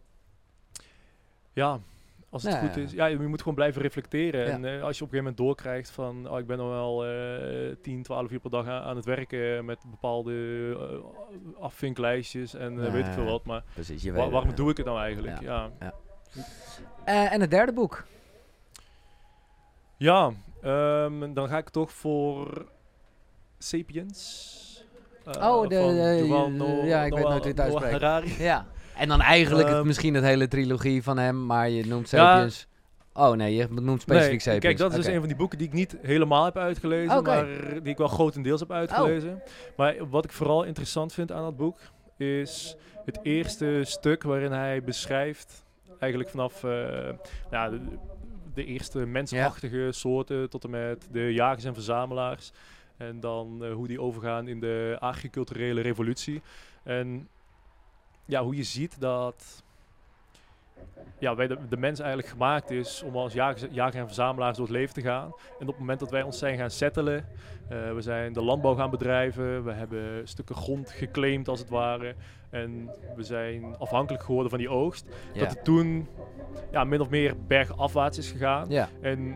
B: ja, als het goed is. Ja, je moet gewoon blijven reflecteren. Ja. En als je op een gegeven moment doorkrijgt van ik ben al wel 10, 12 uur per dag aan het werken met bepaalde afvinklijstjes en weet ik veel wat. Maar
A: precies,
B: waarom doe ik het nou eigenlijk? Ja.
A: En het derde boek?
B: Ja, dan ga ik toch voor Sapiens.
A: Ik weet nooit hoe het uitspreekt.
B: Harari.
A: Ja. En dan eigenlijk misschien het hele trilogie van hem, maar je noemt Sapiens... Oh nee, je noemt specifiek Sapiens.
B: Kijk, dat is dus een van die boeken die ik niet helemaal heb uitgelezen, maar die ik wel grotendeels heb uitgelezen. Maar wat ik vooral interessant vind aan dat boek, is het eerste stuk waarin hij beschrijft... Eigenlijk vanaf de eerste mensachtige soorten tot en met de jagers en verzamelaars. En dan hoe die overgaan in de agriculturele revolutie. En ja, hoe je ziet dat wij de mens eigenlijk gemaakt is om als jager en verzamelaars door het leven te gaan. En op het moment dat wij ons zijn gaan settelen, we zijn de landbouw gaan bedrijven, we hebben stukken grond geclaimd als het ware. En we zijn afhankelijk geworden van die oogst. Ja. Dat het toen min of meer bergafwaarts is gegaan. Ja. En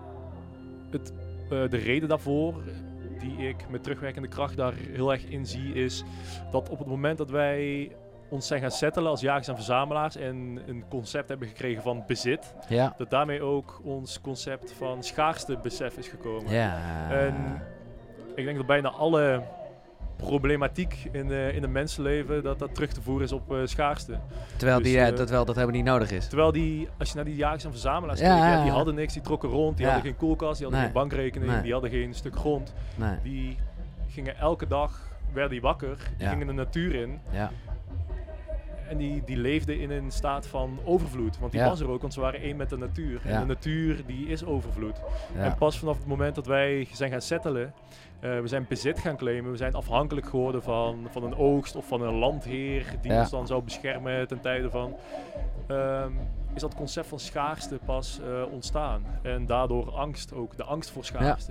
B: de reden daarvoor, die ik met terugwerkende kracht daar heel erg in zie, is dat op het moment dat wij ons zijn gaan settelen als jagers en verzamelaars en een concept hebben gekregen van bezit, dat daarmee ook ons concept van schaarste besef is gekomen. Ja. En ik denk dat bijna alle problematiek in een mensenleven dat terug te voeren is op schaarste.
A: Terwijl dat helemaal niet nodig is.
B: Terwijl als je naar die jagers en verzamelaars kijkt, die hadden niks, die trokken rond, die hadden geen koelkast, die hadden geen bankrekening, die hadden geen stuk grond. Nee. Die gingen elke dag, werden die wakker, die gingen de natuur in. Ja. En die leefden in een staat van overvloed. Want die was er ook, want ze waren één met de natuur. Ja. En de natuur die is overvloed. Ja. En pas vanaf het moment dat wij zijn gaan settelen, we zijn bezit gaan claimen, we zijn afhankelijk geworden van een oogst of van een landheer die ons dan zou beschermen ten tijde van, is dat concept van schaarste pas ontstaan. En daardoor angst ook, de angst voor schaarste.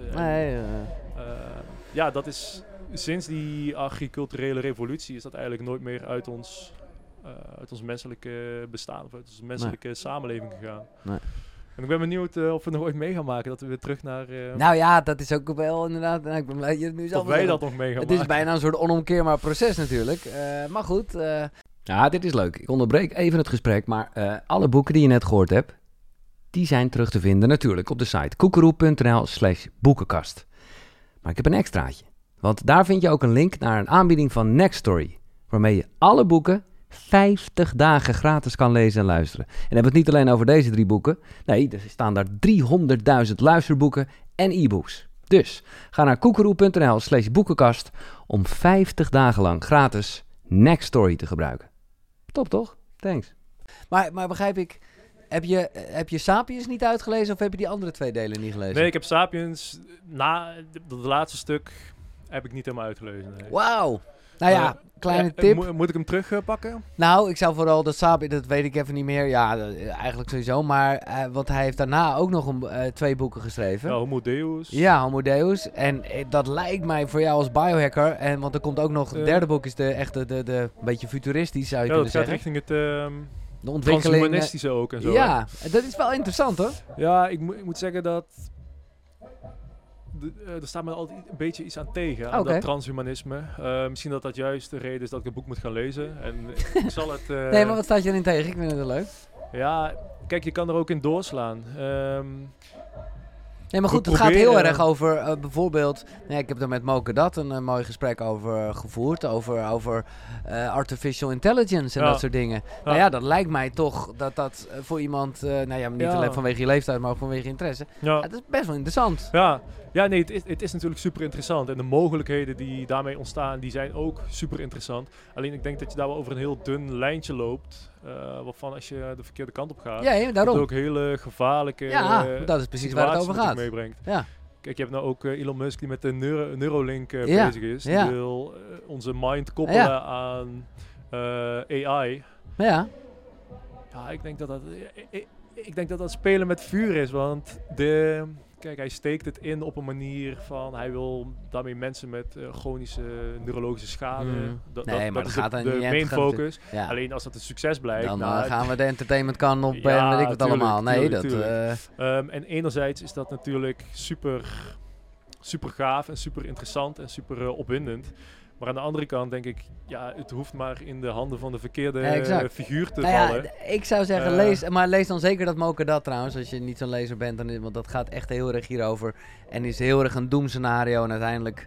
B: Ja. Dat is sinds die agriculturele revolutie is dat eigenlijk nooit meer uit ons menselijke bestaan of uit onze menselijke samenleving gegaan. Nee. En ik ben benieuwd of we nog ooit mee gaan maken, dat we weer terug naar...
A: Nou ja, dat is ook wel inderdaad... ik ben blij dat je het nu zelf...
B: Of wij dat nog mee gaan maken.
A: Het is bijna een soort onomkeerbaar proces natuurlijk. Maar goed. Ja, dit is leuk. Ik onderbreek even het gesprek, maar alle boeken die je net gehoord hebt, die zijn terug te vinden natuurlijk op de site koekeroe.nl/boekenkast. Maar ik heb een extraatje. Want daar vind je ook een link naar een aanbieding van Nextory, waarmee je alle boeken 50 dagen gratis kan lezen en luisteren. En dan hebben we het niet alleen over deze 3 boeken. Nee, er staan daar 300.000 luisterboeken en e-books. Dus ga naar koekeroe.nl/boekenkast om 50 dagen lang gratis Nextory te gebruiken. Top toch? Thanks. Maar begrijp ik, heb je Sapiens niet uitgelezen of heb je die andere 2 delen niet gelezen?
B: Nee, ik heb Sapiens, na het laatste stuk, heb ik niet helemaal uitgelezen. Nee.
A: Wauw. Nou ja, kleine tip.
B: Moet ik hem terugpakken?
A: Nou, ik zou vooral dat Sapiens, dat weet ik even niet meer. Ja, eigenlijk sowieso. Maar want hij heeft daarna ook nog 2 boeken geschreven.
B: Ja, Homo Deus.
A: Ja, Homo Deus. En dat lijkt mij voor jou als biohacker. Want er komt ook nog, het derde boek is de beetje futuristisch, zou je kunnen zeggen.
B: Ja, dat gaat richting het
A: de ontwikkeling.
B: transhumanistische ook en zo.
A: Ja, dat is wel interessant hoor.
B: Ja, ik moet zeggen dat er staat me altijd een beetje iets aan tegen, aan dat transhumanisme. Misschien dat juist de reden is dat ik het boek moet gaan lezen. En ik zal het...
A: Nee, maar wat staat je erin tegen? Ik vind het wel leuk.
B: Ja, kijk, je kan er ook in doorslaan.
A: Nee, maar goed, het gaat heel erg over bijvoorbeeld... Nee, ik heb er met Moke Dat een mooi gesprek over gevoerd. Over artificial intelligence en dat soort dingen. Ja. Nou ja, dat lijkt mij toch dat voor iemand... niet alleen vanwege je leeftijd, maar ook vanwege je interesse. Ja. Dat is best wel interessant.
B: Ja, nee, het is natuurlijk super interessant. En de mogelijkheden die daarmee ontstaan, die zijn ook super interessant. Alleen ik denk dat je daar wel over een heel dun lijntje loopt. Waarvan als je de verkeerde kant op gaat,
A: daarom.
B: dat ook hele gevaarlijke
A: dat is precies waar het over gaat.
B: Meebrengt.
A: Ja.
B: Kijk, je hebt nou ook Elon Musk die met de Neuralink bezig is. Die wil onze mind koppelen aan AI.
A: Ja.
B: Ja, ik denk dat dat spelen met vuur is, want kijk, hij steekt het in op een manier van... Hij wil daarmee mensen met chronische neurologische schade...
A: maar
B: dat is
A: gaat
B: de main focus. Ja. Alleen als dat een succes blijkt...
A: Dan gaan we de entertainment kan op en weet ik wat allemaal. Nee,
B: en enerzijds is dat natuurlijk super gaaf en super interessant en super opwindend. Maar aan de andere kant denk ik, het hoeft maar in de handen van de verkeerde figuur te vallen. Ja,
A: ik zou zeggen, lees dan zeker dat Moke Dat trouwens, als je niet zo'n lezer bent. Want dat gaat echt heel erg hierover. En is heel erg een doemscenario en uiteindelijk...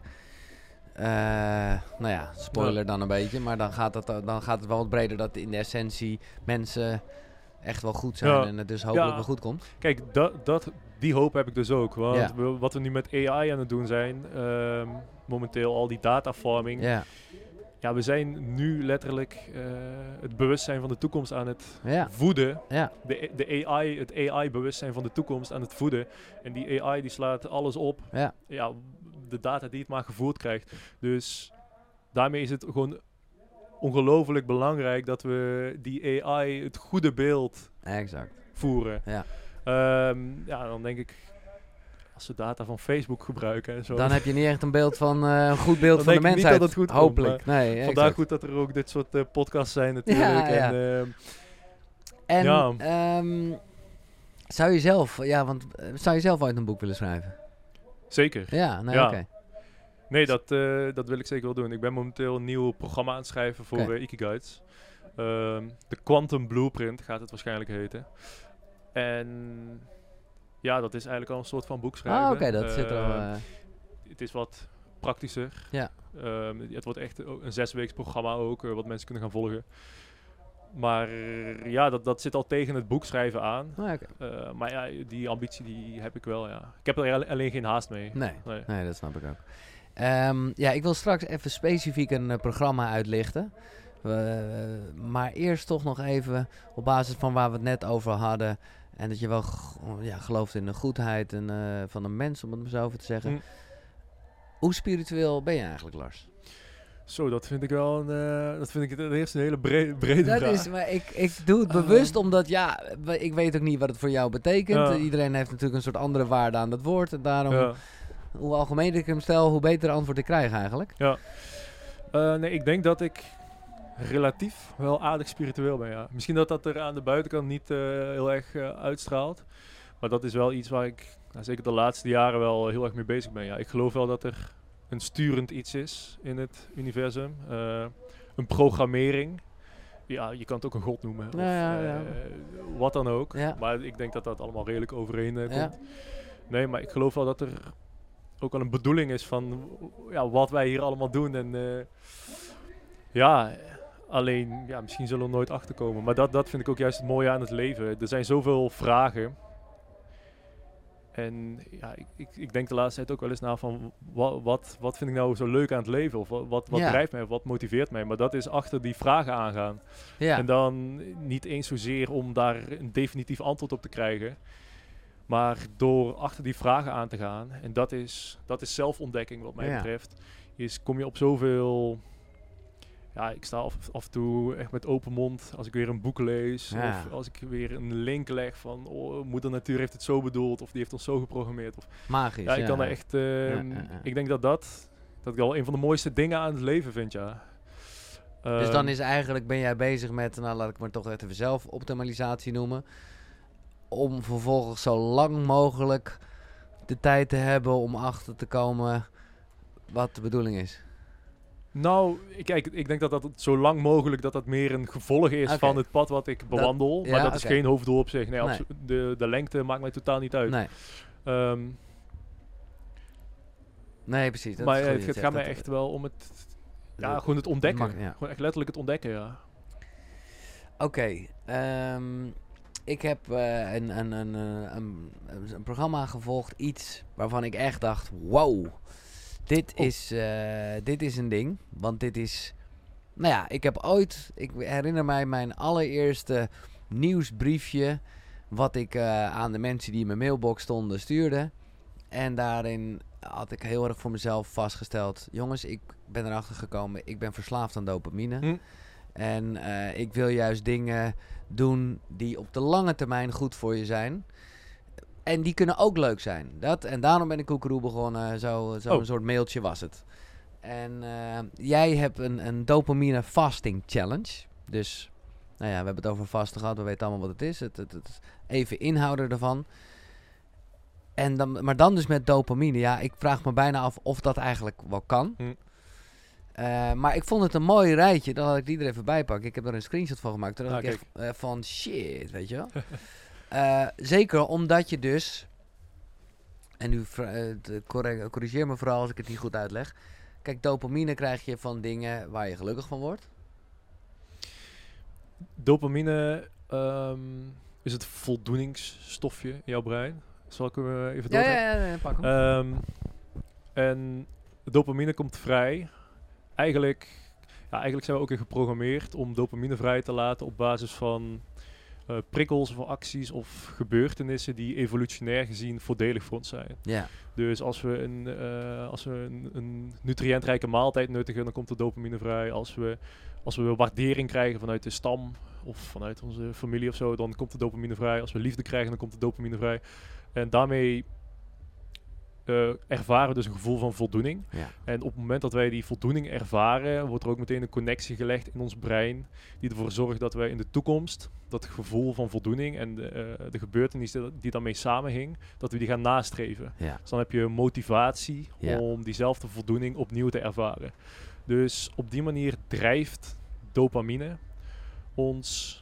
A: spoiler dan een beetje. Maar dan gaat het wel wat breder dat in de essentie mensen echt wel goed zijn. En het dus hopelijk wel goed komt.
B: Kijk, die hoop heb ik dus ook. Want wat we nu met AI aan het doen zijn... momenteel al die datafarming. Ja, we zijn nu letterlijk het bewustzijn van de toekomst aan het voeden. Ja. Het AI-bewustzijn van de toekomst aan het voeden. En die AI die slaat alles op. Ja, de data die het maar gevoerd krijgt. Dus daarmee is het gewoon ongelooflijk belangrijk dat we die AI het goede beeld voeren. Dan denk ik... Als we data van Facebook gebruiken en zo.
A: Dan heb je niet echt een beeld van een goed beeld van de mensheid.
B: Niet dat het goed
A: hopelijk.
B: Nee, vandaar goed dat er ook dit soort podcasts zijn natuurlijk.
A: Zou je zelf uit een boek willen schrijven?
B: Zeker.
A: Ja, oké.
B: Nee, dat wil ik zeker wel doen. Ik ben momenteel een nieuw programma aan het schrijven voor Ikigaits. De Quantum Blueprint gaat het waarschijnlijk heten. En... Ja, dat is eigenlijk al een soort van boek schrijven.
A: Oké, dat zit er al...
B: Het is wat praktischer.
A: Ja.
B: Het wordt echt een 6-weeks programma ook, wat mensen kunnen gaan volgen. Maar dat zit al tegen het boek schrijven aan. Maar ja, die ambitie die heb ik wel, ja. Ik heb er alleen geen haast mee.
A: Nee, dat snap ik ook. Ik wil straks even specifiek een programma uitlichten. Maar eerst toch nog even op basis van waar we het net over hadden... En dat je wel gelooft in de goedheid van een mens, om het maar zo over te zeggen. Hoe spiritueel ben je eigenlijk, Lars?
B: Zo, dat vind ik wel ten eerste een hele brede vraag.
A: Maar ik doe het bewust, omdat ik weet ook niet wat het voor jou betekent. Iedereen heeft natuurlijk een soort andere waarde aan dat woord. En daarom, hoe algemener ik hem stel, hoe beter antwoord ik krijg eigenlijk.
B: Ja. Nee, ik denk dat ik... relatief wel aardig spiritueel ben, ja. Misschien dat er aan de buitenkant niet heel erg uitstraalt. Maar dat is wel iets waar ik zeker de laatste jaren wel heel erg mee bezig ben. Ja. Ik geloof wel dat er een sturend iets is in het universum. Een programmering. Ja, je kan het ook een god noemen. Wat dan ook. Ja. Maar ik denk dat dat allemaal redelijk overeen komt. Nee, maar ik geloof wel dat er ook wel een bedoeling is van wat wij hier allemaal doen. En alleen, misschien zullen we er nooit achter komen. Maar dat vind ik ook juist het mooie aan het leven. Er zijn zoveel vragen. En ja, ik denk de laatste tijd ook wel eens na van wat vind ik nou zo leuk aan het leven? Of wat drijft mij? Of wat motiveert mij? Maar dat is achter die vragen aangaan.
A: Ja.
B: En dan niet eens zozeer om daar een definitief antwoord op te krijgen. Maar door achter die vragen aan te gaan. En dat is zelfontdekking wat mij betreft. Kom je op zoveel... Ja, ik sta af en toe echt met open mond als ik weer een boek lees.
A: Ja.
B: Of als ik weer een link leg van... moeder natuur heeft het zo bedoeld. Of die heeft ons zo geprogrammeerd. Of,
A: magisch,
B: ja, ik kan er echt... Ik denk dat ik wel een van de mooiste dingen aan het leven vind, ja.
A: Dus dan ben jij bezig met... Nou, laat ik maar toch even zelfoptimalisatie noemen. Om vervolgens zo lang mogelijk de tijd te hebben om achter te komen wat de bedoeling is.
B: Nou, kijk, ik denk dat zo lang mogelijk dat meer een gevolg is van het pad wat ik bewandel. Maar dat is geen hoofddoel op zich. Nee. De lengte maakt mij totaal niet uit.
A: Nee,
B: nee
A: precies. Dat
B: maar
A: is
B: het gaat mij echt wel om gewoon het ontdekken. Gewoon echt letterlijk het ontdekken, ja.
A: Oké. Ik heb een programma gevolgd. Iets waarvan ik echt dacht... Wow. Dit is een ding. Want dit is... Nou ja, ik herinner mij mijn allereerste nieuwsbriefje... wat ik aan de mensen die in mijn mailbox stonden stuurde. En daarin had ik heel erg voor mezelf vastgesteld... Jongens, ik ben erachter gekomen... Ik ben verslaafd aan dopamine. En ik wil juist dingen doen die op de lange termijn goed voor je zijn... En die kunnen ook leuk zijn. En daarom ben ik Koekeroe begonnen. Een soort mailtje was het. En jij hebt een dopamine fasting challenge. Dus, nou ja, we hebben het over vasten gehad. We weten allemaal wat het is. Het even inhouden ervan. Maar dan dus met dopamine. Ja, ik vraag me bijna af of dat eigenlijk wel kan. Maar ik vond het een mooi rijtje. Dan had ik die er even bij pakken. Ik heb er een screenshot van gemaakt. Toen dacht ik echt van shit, weet je wel. Zeker omdat je dus... En nu corrigeer me vooral als ik het niet goed uitleg. Kijk, dopamine krijg je van dingen waar je gelukkig van wordt.
B: Dopamine is het voldoeningsstofje in jouw brein. Zal ik hem even doortrekken?
A: Ja, pak hem.
B: En dopamine komt vrij. Eigenlijk zijn we ook geprogrammeerd om dopamine vrij te laten op basis van... prikkels of acties of gebeurtenissen die evolutionair gezien voordelig voor ons zijn.
A: Ja.
B: Dus als we een nutriëntrijke maaltijd nuttigen, dan komt er dopamine vrij. Als we waardering krijgen vanuit de stam of vanuit onze familie of zo, dan komt er dopamine vrij. Als we liefde krijgen, dan komt er dopamine vrij. En daarmee ervaren we dus een gevoel van voldoening.
A: Ja.
B: En op het moment dat wij die voldoening ervaren, wordt er ook meteen een connectie gelegd in ons brein, die ervoor zorgt dat wij in de toekomst dat gevoel van voldoening en de gebeurtenissen die daarmee samenhing, dat we die gaan nastreven.
A: Ja.
B: Dus dan heb je motivatie om diezelfde voldoening opnieuw te ervaren. Dus op die manier drijft dopamine ons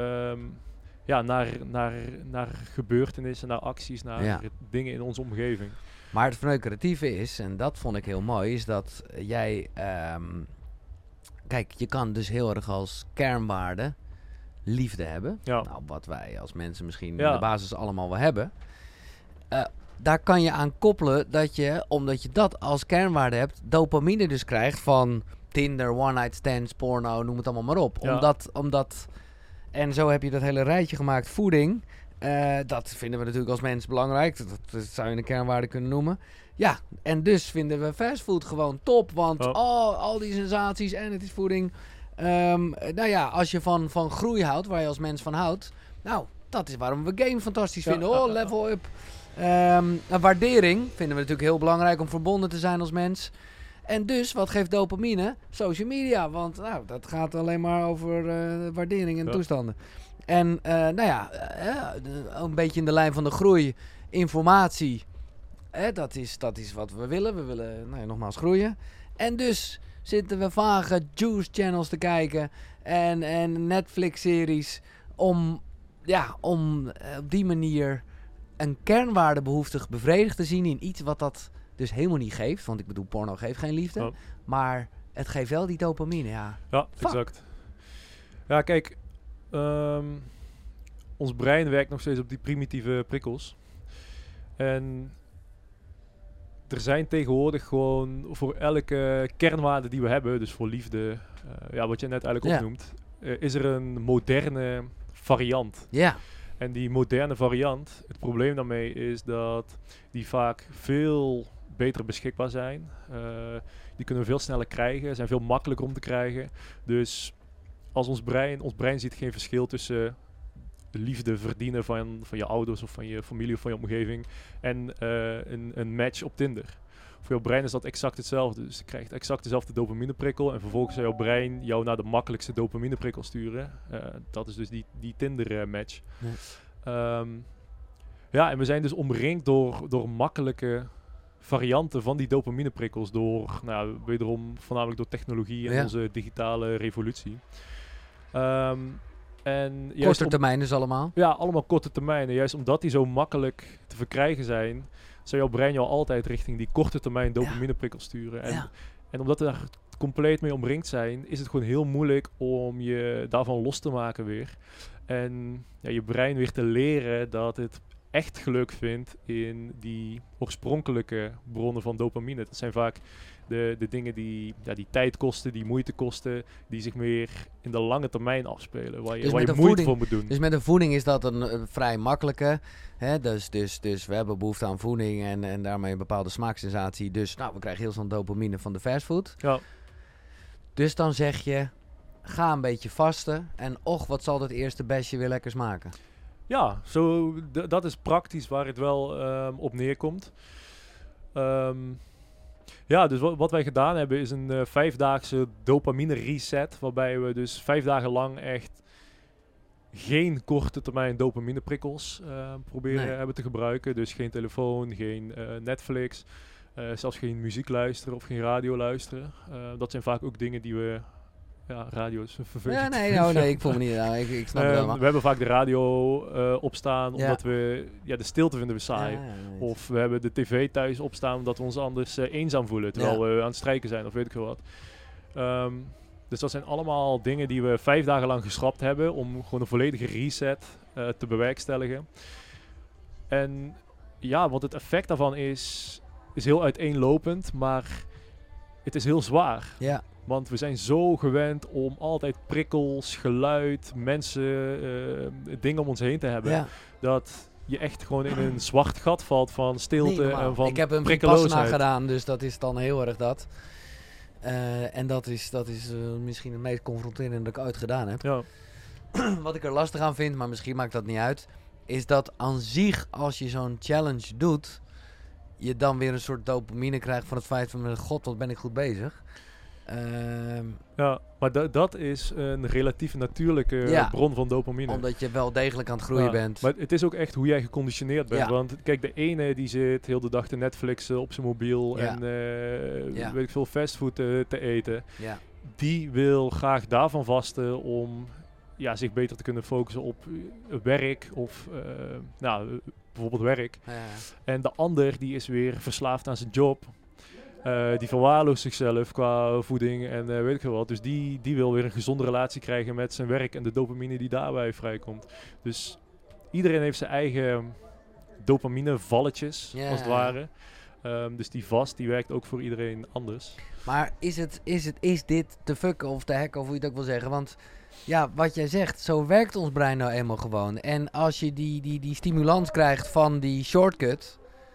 B: naar gebeurtenissen, naar acties, naar dingen in onze omgeving.
A: Maar het verneukeratieve is, en dat vond ik heel mooi, is dat jij... kijk, je kan dus heel erg als kernwaarde liefde hebben.
B: Ja.
A: Nou, wat wij als mensen misschien in de basis allemaal wel hebben. Daar kan je aan koppelen dat je, omdat je dat als kernwaarde hebt, dopamine dus krijgt van Tinder, one-night stands, porno, noem het allemaal maar op.
B: Ja.
A: Omdat en zo heb je dat hele rijtje gemaakt. Voeding, dat vinden we natuurlijk als mens belangrijk. Dat zou je een kernwaarde kunnen noemen. Ja, en dus vinden we fastfood gewoon top. Want al die sensaties en het is voeding. Nou ja, als je van groei houdt, waar je als mens van houdt. Nou, dat is waarom we game fantastisch vinden. Level up. Waardering vinden we natuurlijk heel belangrijk om verbonden te zijn als mens. En dus, wat geeft dopamine? Social media, want nou, dat gaat alleen maar over waardering en toestanden. En een beetje in de lijn van de groei, informatie, dat is wat we willen. We willen nogmaals groeien. En dus zitten we vage juice channels te kijken en Netflix-series om op die manier een kernwaardebehoefte bevredigd te zien in iets wat dat dus helemaal niet geeft. Want ik bedoel, porno geeft geen liefde. Maar het geeft wel die dopamine, ja.
B: Ja, exact. Ja, kijk. Ons brein werkt nog steeds op die primitieve prikkels. En er zijn tegenwoordig gewoon voor elke kernwaarde die we hebben, dus voor liefde, wat je net eigenlijk opnoemt, is er een moderne variant.
A: Ja.
B: En die moderne variant, het probleem daarmee is dat die vaak veel beter beschikbaar zijn. Die kunnen we veel sneller krijgen, zijn veel makkelijker om te krijgen. Dus als ons brein ziet geen verschil tussen de liefde verdienen van je ouders of van je familie of van je omgeving en een match op Tinder. Voor jouw brein is dat exact hetzelfde. Dus je krijgt exact dezelfde dopamineprikkel en vervolgens zal jouw brein jou naar de makkelijkste dopamineprikkel sturen. Dat is dus die Tinder match. En we zijn dus omringd door makkelijke varianten van die dopamineprikkels door, wederom voornamelijk door technologie en onze digitale revolutie. En
A: korte termijn dus allemaal?
B: Ja, allemaal korte termijnen. Juist omdat die zo makkelijk te verkrijgen zijn, zou jouw brein jou altijd richting die korte termijn dopamineprikkels sturen. En omdat we daar compleet mee omringd zijn, is het gewoon heel moeilijk om je daarvan los te maken weer. En je brein weer te leren dat het echt geluk vindt in die oorspronkelijke bronnen van dopamine. Dat zijn vaak de dingen die tijd kosten, die moeite kosten, die zich meer in de lange termijn afspelen, waar je moeite voor moet doen.
A: Dus met de voeding is dat een vrij makkelijke. Hè? Dus we hebben behoefte aan voeding en daarmee een bepaalde smaaksensatie. Dus we krijgen heel snel dopamine van de fastfood.
B: Ja.
A: Dus dan zeg je, ga een beetje vasten en wat zal dat eerste bestje weer lekker smaken.
B: Ja, dat is praktisch waar het wel op neerkomt. Dus wat wij gedaan hebben is een 5-daagse dopamine reset. Waarbij we dus 5 dagen lang echt geen korte termijn dopamineprikkels hebben te gebruiken. Dus geen telefoon, geen Netflix, zelfs geen muziek luisteren of geen radio luisteren. Dat zijn vaak ook dingen die we... Ja, radio is vervelend.
A: Nee, ik voel me niet... ik snap het helemaal.
B: We hebben vaak de radio opstaan omdat we... Ja, de stilte vinden we saai. Of we hebben de tv thuis opstaan omdat we ons anders eenzaam voelen. Terwijl we aan het strijken zijn of weet ik veel wat. Dus dat zijn allemaal dingen die we 5 dagen lang geschrapt hebben. Om gewoon een volledige reset te bewerkstelligen. En wat het effect daarvan is heel uiteenlopend. Maar het is heel zwaar.
A: Ja.
B: Want we zijn zo gewend om altijd prikkels, geluid, mensen, dingen om ons heen te hebben. Ja. Dat je echt gewoon in een zwart gat valt van stilte en van
A: ik heb een Vipassana gedaan, dus dat is dan heel erg dat. En dat is misschien het meest confronterende dat ik ooit gedaan heb.
B: Ja.
A: Wat ik er lastig aan vind, maar misschien maakt dat niet uit, is dat aan zich, als je zo'n challenge doet, je dan weer een soort dopamine krijgt van het feit van, god, wat ben ik goed bezig.
B: Maar dat is een relatief natuurlijke bron van dopamine.
A: Omdat je wel degelijk aan het groeien bent.
B: Maar het is ook echt hoe jij geconditioneerd bent. Ja. Want kijk, de ene die zit heel de dag te Netflixen op zijn mobiel en weet ik veel fastfood te eten. Ja. Die wil graag daarvan vasten om zich beter te kunnen focussen op werk of bijvoorbeeld werk. Ja. En de ander die is weer verslaafd aan zijn job. Die verwaarloost zichzelf qua voeding en weet ik veel wat. Dus die wil weer een gezonde relatie krijgen met zijn werk en de dopamine die daarbij vrijkomt. Dus iedereen heeft zijn eigen dopaminevalletjes, als het ware. Dus die vast, die werkt ook voor iedereen anders.
A: Maar is dit te fucken of te hacken of hoe je het ook wil zeggen? Want wat jij zegt, zo werkt ons brein nou eenmaal gewoon. En als je die stimulans krijgt van die shortcut,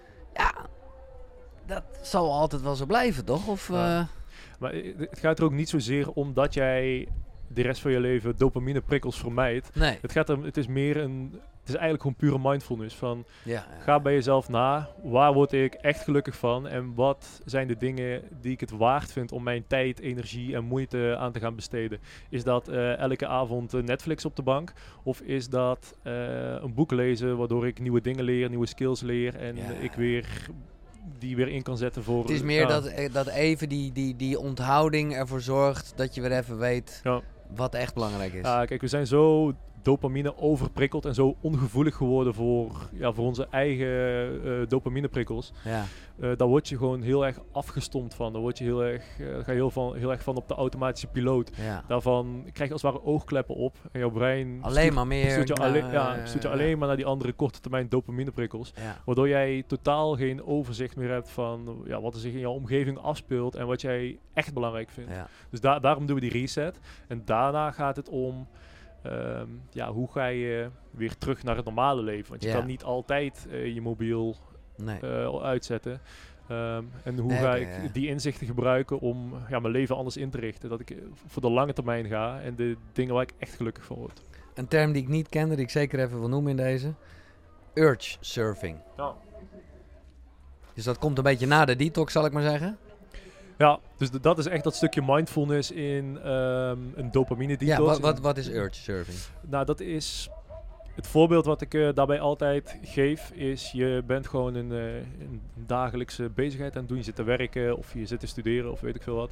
A: dat zal altijd wel zo blijven, toch? Of,
B: Maar het gaat er ook niet zozeer om dat jij de rest van je leven dopamineprikkels vermijdt.
A: Nee.
B: Het is eigenlijk gewoon pure mindfulness. Ga bij jezelf na, waar word ik echt gelukkig van? En wat zijn de dingen die ik het waard vind om mijn tijd, energie en moeite aan te gaan besteden? Is dat elke avond Netflix op de bank? Of is dat een boek lezen waardoor ik nieuwe dingen leer, nieuwe skills leer en ik die weer in kan zetten voor...
A: Het is meer dat even die onthouding ervoor zorgt dat je weer even weet wat echt belangrijk is.
B: Ja, kijk, we zijn zo dopamine overprikkeld en zo ongevoelig geworden voor onze eigen dopamineprikkels.
A: Ja.
B: Daar word je gewoon heel erg afgestompt van. Daar word je ga je heel erg van op de automatische piloot.
A: Ja.
B: Daarvan krijg je als het ware oogkleppen op. En jouw brein
A: Alleen maar meer.
B: stuurt je alleen maar naar die andere korte termijn dopamineprikkels.
A: Ja.
B: Waardoor jij totaal geen overzicht meer hebt van wat er zich in jouw omgeving afspeelt en wat jij echt belangrijk vindt.
A: Ja.
B: Dus daarom doen we die reset. En daarna gaat het om hoe ga je weer terug naar het normale leven. Want je kan niet altijd je mobiel uitzetten. En hoe ga ik die inzichten gebruiken om mijn leven anders in te richten. Dat ik voor de lange termijn ga en de dingen waar ik echt gelukkig van word.
A: Een term die ik niet kende, die ik zeker even wil noemen in deze. Urge surfing.
B: Ja.
A: Dus dat komt een beetje na de detox, zal ik maar zeggen.
B: Ja, dus dat is echt dat stukje mindfulness in een dopamine detox.
A: Ja, wat is urge surfing?
B: Nou, dat is... Het voorbeeld wat ik daarbij altijd geef is, je bent gewoon een dagelijkse bezigheid aan het doen. Je zit te werken of je zit te studeren of weet ik veel wat.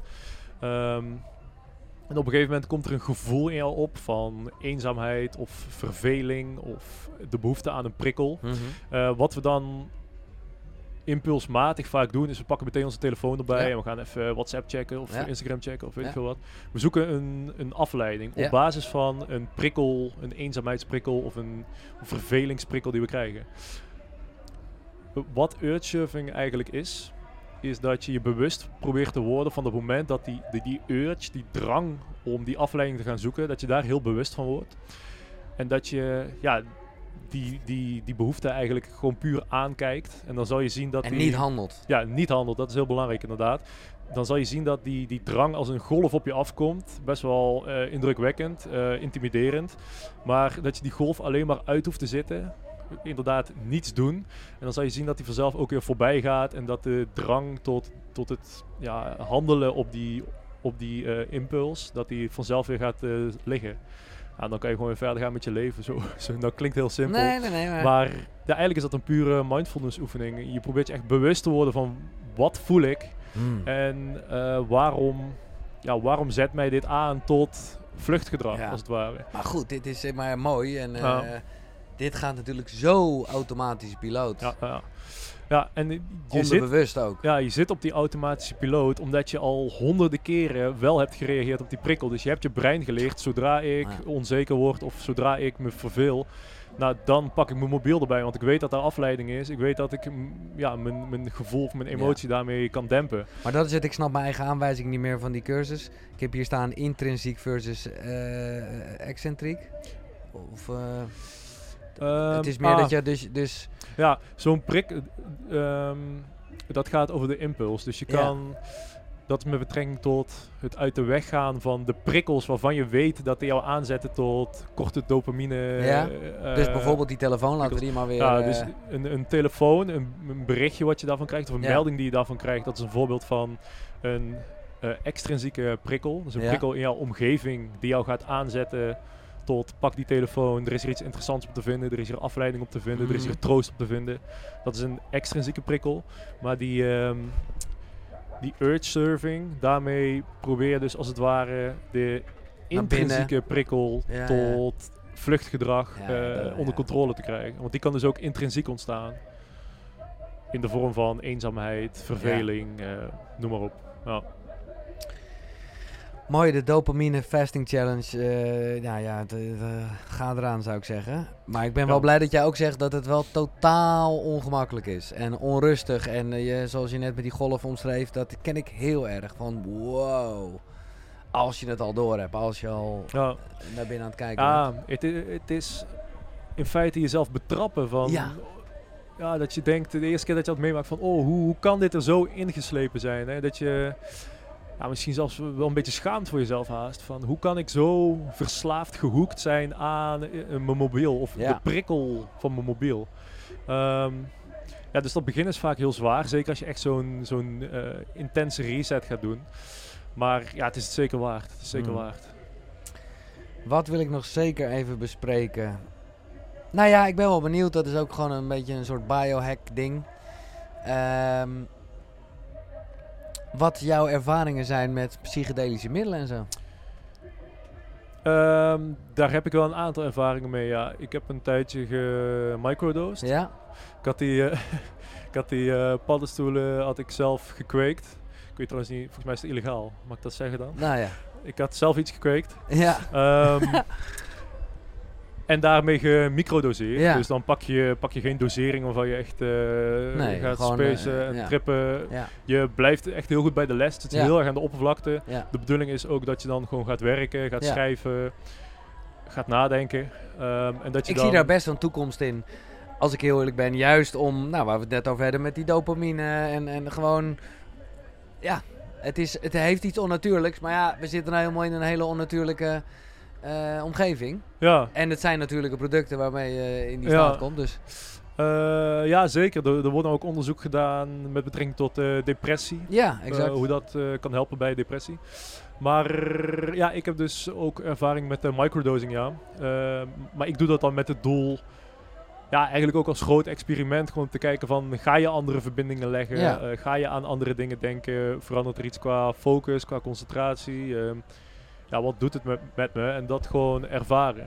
B: En op een gegeven moment komt er een gevoel in jou op van eenzaamheid of verveling of de behoefte aan een prikkel.
A: Mm-hmm.
B: Wat we dan impulsmatig vaak doen is we pakken meteen onze telefoon erbij en we gaan even WhatsApp checken of Instagram checken of weet ik veel wat. We zoeken een afleiding op basis van een prikkel, een eenzaamheidsprikkel of een vervelingsprikkel die we krijgen. Wat urge surfing eigenlijk is dat je je bewust probeert te worden van het moment dat die urge, die drang om die afleiding te gaan zoeken, dat je daar heel bewust van wordt. En dat je die behoefte eigenlijk gewoon puur aankijkt. En dan zal je zien dat
A: niet handelt.
B: Ja, niet handelt. Dat is heel belangrijk inderdaad. Dan zal je zien dat die drang als een golf op je afkomt. Best wel indrukwekkend, intimiderend. Maar dat je die golf alleen maar uit hoeft te zitten. Inderdaad niets doen. En dan zal je zien dat die vanzelf ook weer voorbij gaat. En dat de drang tot het handelen op die impuls, dat die vanzelf weer gaat liggen. Nou, dan kan je gewoon weer verder gaan met je leven. Dat klinkt heel simpel.
A: Nee.
B: Maar eigenlijk is dat een pure mindfulness oefening. Je probeert je echt bewust te worden van wat voel ik. En waarom zet mij dit aan tot vluchtgedrag, als het ware.
A: Maar goed, dit is maar mooi. En dit gaat natuurlijk zo automatisch piloot.
B: Ja, en
A: onderbewust ook.
B: Ja, je zit op die automatische piloot omdat je al honderden keren wel hebt gereageerd op die prikkel. Dus je hebt je brein geleerd, zodra ik onzeker word of zodra ik me verveel, nou dan pak ik mijn mobiel erbij, want ik weet dat daar afleiding is. Ik weet dat ik mijn gevoel of mijn emotie daarmee kan dempen.
A: Maar dat is het, ik snap mijn eigen aanwijzing niet meer van die cursus. Ik heb hier staan intrinsiek versus excentriek. Of... het is meer dat je dus...
B: Ja, zo'n prik, dat gaat over de impuls. Dus je kan, dat is met betrekking tot het uit de weg gaan van de prikkels waarvan je weet dat die jou aanzetten tot korte dopamine.
A: Dus bijvoorbeeld die telefoon, laten we die maar weer...
B: Ja, dus een telefoon, een berichtje wat je daarvan krijgt of een melding die je daarvan krijgt, dat is een voorbeeld van een extrinsieke prikkel. Dus een prikkel in jouw omgeving die jou gaat aanzetten tot pak die telefoon, er is hier iets interessants op te vinden, er is hier afleiding op te vinden, er is hier troost op te vinden. Dat is een extrinsieke prikkel. Maar die urge surfing, daarmee probeer je dus als het ware de intrinsieke prikkel tot vluchtgedrag onder controle te krijgen. Want die kan dus ook intrinsiek ontstaan. In de vorm van eenzaamheid, verveling, noem maar op. Ja.
A: Mooi, de dopamine fasting challenge. Ga eraan, zou ik zeggen. Maar ik ben wel blij dat jij ook zegt dat het wel totaal ongemakkelijk is. En onrustig. En zoals je net met die golf omschreef, dat ken ik heel erg. Van wow. Als je het al door hebt. Als je al naar binnen aan het kijken bent.
B: Het is in feite jezelf betrappen van... Ja, dat je denkt, de eerste keer dat je dat meemaakt van... Oh, hoe kan dit er zo ingeslepen zijn? Hè? Dat je... misschien zelfs wel een beetje schaamt voor jezelf haast. Van hoe kan ik zo verslaafd gehoekt zijn aan mijn mobiel? Of de prikkel van mijn mobiel. Dus dat begin is vaak heel zwaar. Zeker als je echt zo'n intense reset gaat doen. Maar het is het zeker waard. Het is zeker waard.
A: Wat wil ik nog zeker even bespreken? Nou ja, ik ben wel benieuwd. Dat is ook gewoon een beetje een soort biohack ding. Wat jouw ervaringen zijn met psychedelische middelen en zo?
B: Daar heb ik wel een aantal ervaringen mee, ja. Ik heb een tijdje gemicrodosed.
A: Ja?
B: Ik had die paddenstoelen had ik zelf gekweekt. Ik weet trouwens niet, volgens mij is het illegaal. Mag ik dat zeggen dan?
A: Nou ja.
B: Ik had zelf iets gekweekt.
A: Ja.
B: En daarmee gemicrodoseerd.
A: Ja.
B: Dus dan pak je geen dosering waarvan je echt gaat
A: gewoon,
B: spacen en
A: ja.
B: trippen.
A: Ja.
B: Je blijft echt heel goed bij de les. Het is
A: Ja.
B: heel erg aan de oppervlakte.
A: Ja.
B: De bedoeling is ook dat je dan gewoon gaat werken, gaat
A: Ja.
B: schrijven, gaat nadenken. En dat je
A: Ik
B: dan...
A: zie daar best een toekomst in, als ik heel eerlijk ben. Juist om, nou, waar we het net over hadden met die dopamine en gewoon... Ja, het heeft iets onnatuurlijks. Maar ja, we zitten nou helemaal in een hele onnatuurlijke omgeving.
B: Ja.
A: En het zijn natuurlijke producten waarmee je in die
B: Ja.
A: staat komt. Dus
B: Ja, zeker. Er wordt ook onderzoek gedaan met betrekking tot depressie.
A: ja, exact.
B: Hoe dat kan helpen bij depressie. Maar ja, ik heb dus ook ervaring met microdosing, ja. Maar ik doe dat dan met het doel... Ja, eigenlijk ook als groot experiment. Gewoon te kijken van, ga je andere verbindingen leggen?
A: Ja.
B: Ga je aan andere dingen denken? Verandert er iets qua focus, qua concentratie? Ja, wat doet het met me? En dat gewoon ervaren.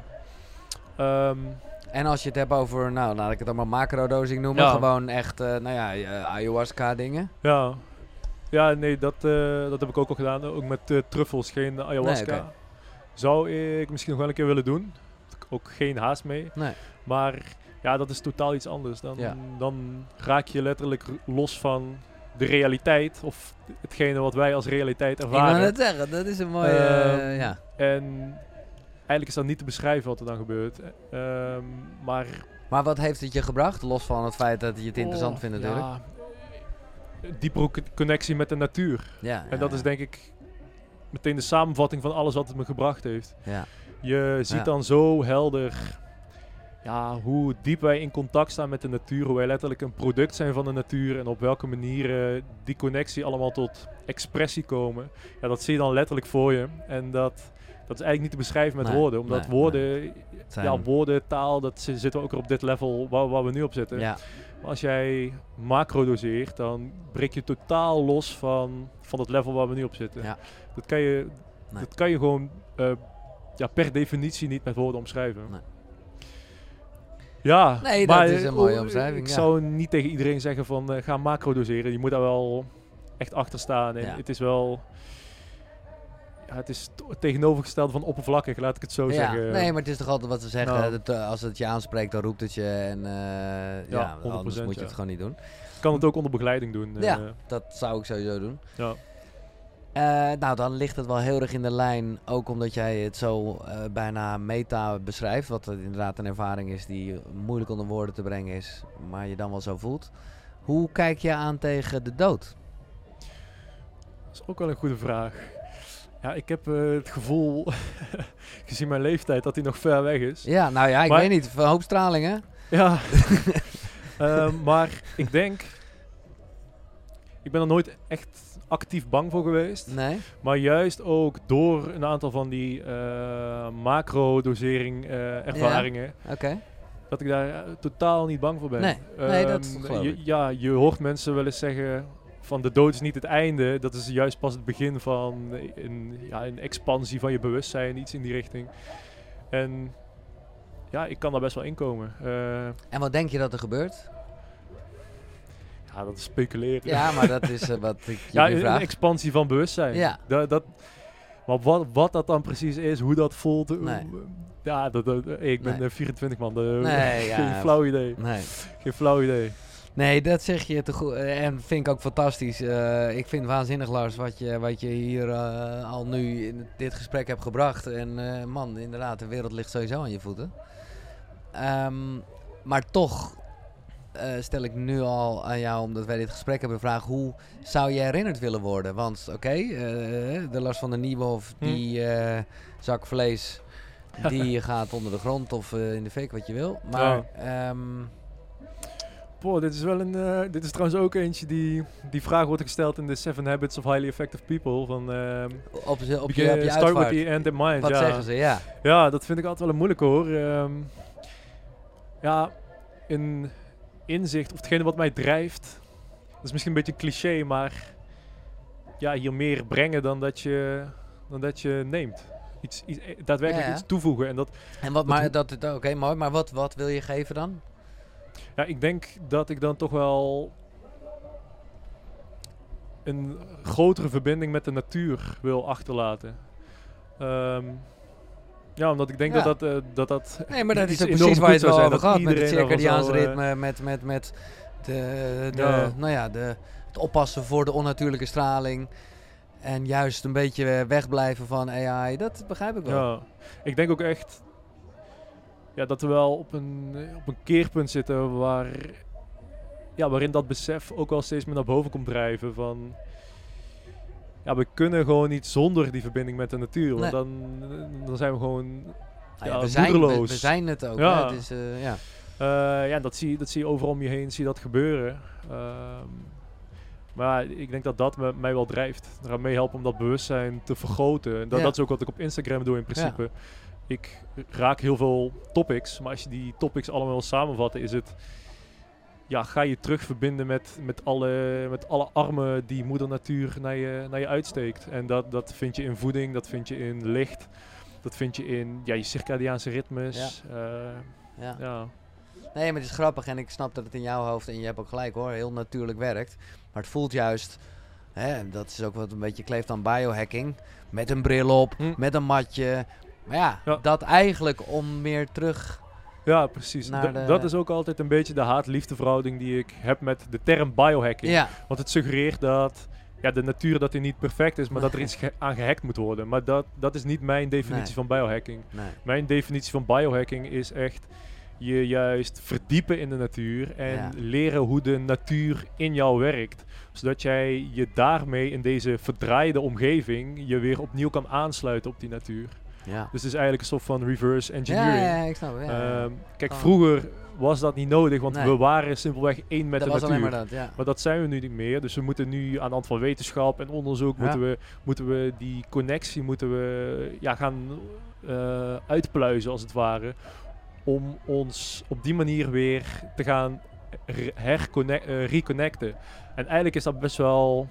A: En als je het hebt over, nou, laat ik het allemaal macrodosing noemen.
B: Ja.
A: Gewoon echt, ayahuasca dingen.
B: Ja. Ja, nee, dat heb ik ook al gedaan. Ook met truffels, geen ayahuasca.
A: Nee, oké.
B: Zou ik misschien nog wel een keer willen doen. Heb ik ook geen haast mee.
A: Nee.
B: Maar ja, dat is totaal iets anders. Dan raak je letterlijk los van de realiteit. Of hetgene wat wij als realiteit
A: Ik
B: ervaren.
A: wil net zeggen, dat is een mooie... ja.
B: En eigenlijk is dat niet te beschrijven wat er dan gebeurt. Maar
A: Maar wat heeft het je gebracht? Los van het feit dat je het interessant vindt natuurlijk.
B: Ja, diepere connectie met de natuur.
A: Ja,
B: En dat is denk ik meteen de samenvatting van alles wat het me gebracht heeft.
A: Ja.
B: Je ziet
A: Ja.
B: dan zo helder hoe diep wij in contact staan met de natuur. Hoe wij letterlijk een product zijn van de natuur. En op welke manier die connectie allemaal tot expressie komen. Ja, dat zie je dan letterlijk voor je. En dat is eigenlijk niet te beschrijven met
A: Nee,
B: woorden. Omdat
A: nee,
B: woorden,
A: zijn-
B: woorden, taal, dat zitten ook op dit level waar we nu op zitten.
A: Ja.
B: Maar als jij macrodoseert, dan breek je totaal los van het level waar we nu op zitten.
A: Ja.
B: Dat kan je gewoon per definitie niet met woorden omschrijven.
A: Nee.
B: Ja,
A: Nee,
B: maar,
A: dat is een mooie omschrijving,
B: Ik
A: ja.
B: zou niet tegen iedereen zeggen van ga macrodoseren. Je moet daar wel echt achter staan. En
A: Ja.
B: het is wel... Ja, het is het tegenovergestelde van oppervlakkig, laat ik het zo
A: Ja,
B: zeggen.
A: nee, maar het is toch altijd wat ze zeggen.
B: Nou.
A: Als het je aanspreekt, dan roept het je. En ja,
B: 100%,
A: anders moet je
B: ja.
A: het gewoon niet doen.
B: Je kan het ook onder begeleiding doen.
A: Ja. Dat zou ik sowieso doen.
B: Ja.
A: Nou, dan ligt het wel heel erg in de lijn. Ook omdat jij het zo bijna meta beschrijft. Wat inderdaad een ervaring is die moeilijk onder woorden te brengen is. Maar je dan wel zo voelt. Hoe kijk je aan tegen de dood?
B: Dat is ook wel een goede vraag. Ja, ik heb het gevoel, gezien mijn leeftijd, dat hij nog ver weg is.
A: Ja, nou ja, ik
B: Maar-
A: weet niet. Een hoop stralingen.
B: Ja. Maar ik denk... Ik ben er nooit echt actief bang voor geweest.
A: Nee?
B: Maar juist ook door een aantal van die macro-dosering ervaringen...
A: Oké.
B: dat ik daar totaal niet bang voor ben.
A: Nee, dat geloof ik.
B: Je hoort mensen wel eens zeggen... van de dood is niet het einde. Dat is juist pas het begin van een expansie van je bewustzijn. Iets in die richting. En ja, ik kan daar best wel in komen.
A: En wat denk je dat er gebeurt?
B: Ja, dat is speculeren.
A: Ja, maar dat is wat ik je
B: Ja,
A: nu
B: een
A: vraag.
B: expansie van bewustzijn.
A: Ja.
B: Maar wat dat dan precies is, hoe dat voelt...
A: Nee.
B: Ja, ik ben
A: Nee.
B: 24 man.
A: Nee, ja.
B: Geen flauw idee.
A: Nee.
B: Geen flauw idee.
A: Nee, dat zeg je te goed. En vind ik ook fantastisch. Ik vind het waanzinnig, Lars, wat je hier al nu in dit gesprek hebt gebracht. En man, inderdaad, de wereld ligt sowieso aan je voeten. Maar toch stel ik nu al aan jou, omdat wij dit gesprek hebben, de vraag: hoe zou je herinnerd willen worden? Want oké, de Lars van der Nieuwhof, die zak vlees, die gaat onder de grond of in de fik, wat je wil. Maar...
B: Boah, dit is trouwens ook eentje die vraag wordt gesteld in de 7 Habits of Highly Effective People. Van,
A: op je
B: start with
A: uitvaart.
B: the end in mind.
A: Wat
B: ja.
A: zeggen ze, ja.
B: Ja, dat vind ik altijd wel een moeilijke hoor. Een inzicht of hetgene wat mij drijft, dat is misschien een beetje cliché, maar ja, hier meer brengen dan dat je neemt. daadwerkelijk
A: Ja.
B: iets toevoegen.
A: En oké, mooi. Maar wat wil je geven dan?
B: Ja, ik denk dat ik dan toch wel een grotere verbinding met de natuur wil achterlaten. Omdat ik denk dat
A: Nee, maar dat
B: iets
A: is ook
B: enorm
A: precies waar je
B: goed
A: het
B: zou
A: wel
B: zijn,
A: over
B: dat
A: gehad. Met het
B: iedereen ervan
A: circadiaanse
B: zou,
A: ritme, met het oppassen voor de onnatuurlijke straling. En juist een beetje wegblijven van AI. Dat begrijp ik wel.
B: Ja, ik denk ook echt dat we wel op een keerpunt zitten waarin dat besef ook wel steeds meer naar boven komt drijven van... Ja, we kunnen gewoon niet zonder die verbinding met de natuur.
A: Nee.
B: Want dan zijn we gewoon
A: we zijn het ook.
B: Ja.
A: Hè? Dus,
B: dat zie je overal om je heen, zie je dat gebeuren. Maar ik denk dat mij wel drijft. Dat gaat meehelpen om dat bewustzijn te vergroten. En dat is ook wat ik op Instagram doe in principe. Ja. Ik raak heel veel topics, maar als je die topics allemaal wil samenvatten, is het... Ja, ga je terug verbinden met alle armen die moeder natuur naar je uitsteekt. En dat vind je in voeding, dat vind je in licht, dat vind je in je circadiaanse ritmes. Ja.
A: Nee, maar het is grappig en ik snap dat het in jouw hoofd, en je hebt ook gelijk hoor, heel natuurlijk werkt. Maar het voelt juist, en dat is ook wat een beetje kleeft aan biohacking, met een bril op, met een matje. Maar dat eigenlijk om meer terug...
B: Ja, precies. Dat is ook altijd een beetje de haat-liefde verhouding die ik heb met de term biohacking.
A: Ja.
B: Want het suggereert dat de natuur dat die niet perfect is, maar dat er iets aan gehackt moet worden. Maar dat is niet mijn definitie van biohacking.
A: Nee.
B: Mijn definitie van biohacking is echt je juist verdiepen in de natuur en leren hoe de natuur in jou werkt. Zodat jij je daarmee in deze verdraaide omgeving je weer opnieuw kan aansluiten op die natuur.
A: Ja.
B: Dus het is eigenlijk een soort van reverse engineering.
A: Ja, ik snap het.
B: Kijk, vroeger was dat niet nodig, want we waren simpelweg één met de natuur.
A: Alleen maar dat,
B: maar dat zijn we nu niet meer. Dus we moeten nu aan de hand van wetenschap en onderzoek moeten we die connectie gaan uitpluizen als het ware. Om ons op die manier weer te gaan reconnecten. En eigenlijk is dat best wel...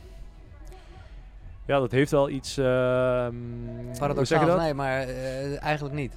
B: Ja, dat heeft wel iets...
A: paradoxaal, nee, maar eigenlijk niet.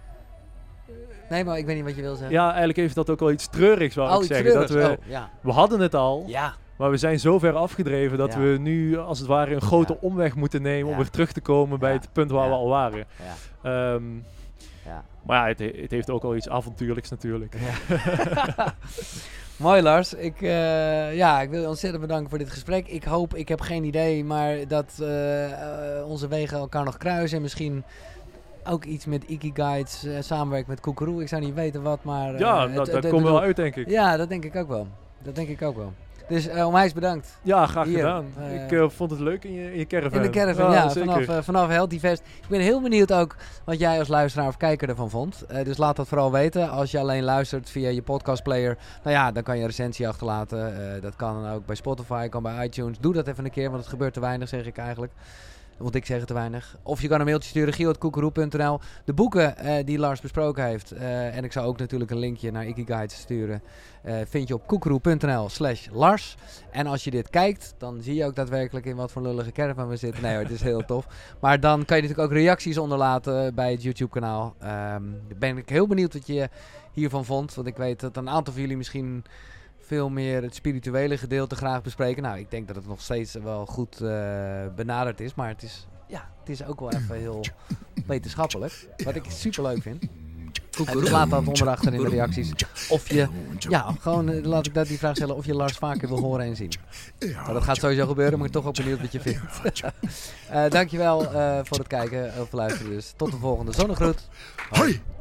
A: Nee, maar ik weet niet wat je wil zeggen.
B: Ja, eigenlijk heeft dat ook wel iets treurigs, wou ik zeggen.
A: Treurigs.
B: Dat we hadden het al, maar we zijn zo ver afgedreven dat we nu als het ware een grote omweg moeten nemen om weer terug te komen bij het punt waar we al waren. Ja. Maar het heeft ook wel iets avontuurlijks natuurlijk. Ja.
A: Mooi Lars, ik wil je ontzettend bedanken voor dit gesprek. Ik heb geen idee, maar dat onze wegen elkaar nog kruisen en misschien ook iets met Ikigaits samenwerkt met Koekeroe. Ik zou niet weten wat, maar...
B: dat komt wel uit, denk ik.
A: Ja, dat denk ik ook wel. Dus onwijs bedankt.
B: Ja, graag gedaan. Ik vond het leuk in je caravan.
A: In de caravan, vanaf Healthy Vest. Ik ben heel benieuwd ook wat jij als luisteraar of kijker ervan vond. Dus laat dat vooral weten. Als je alleen luistert via je podcastplayer, dan kan je een recensie achterlaten. Dat kan dan ook bij Spotify, kan bij iTunes. Doe dat even een keer, want het gebeurt te weinig, zeg ik eigenlijk. Want ik zeg het te weinig. Of je kan een mailtje sturen, gio@koekeroe.nl. De boeken die Lars besproken heeft. En ik zou ook natuurlijk een linkje naar Ikigaits sturen. Vind je op koekeroe.nl/Lars. En als je dit kijkt, dan zie je ook daadwerkelijk in wat voor lullige caravan we zitten. Nee hoor, het is heel tof. Maar dan kan je natuurlijk ook reacties onderlaten bij het YouTube kanaal. Ben ik heel benieuwd wat je hiervan vond. Want ik weet dat een aantal van jullie misschien... veel meer het spirituele gedeelte graag bespreken. Nou, ik denk dat het nog steeds wel goed benaderd is. Maar het is ook wel even heel wetenschappelijk. Wat ik super leuk vind. Dus laat dat onderachter in de reacties. Of je, laat ik die vraag stellen. Of je Lars vaker wil horen en zien. Nou, dat gaat sowieso gebeuren, maar ik ben toch ook benieuwd wat je vindt. Dankjewel voor het kijken of luisteren. Dus tot de volgende. Zonnegroet. Hoi.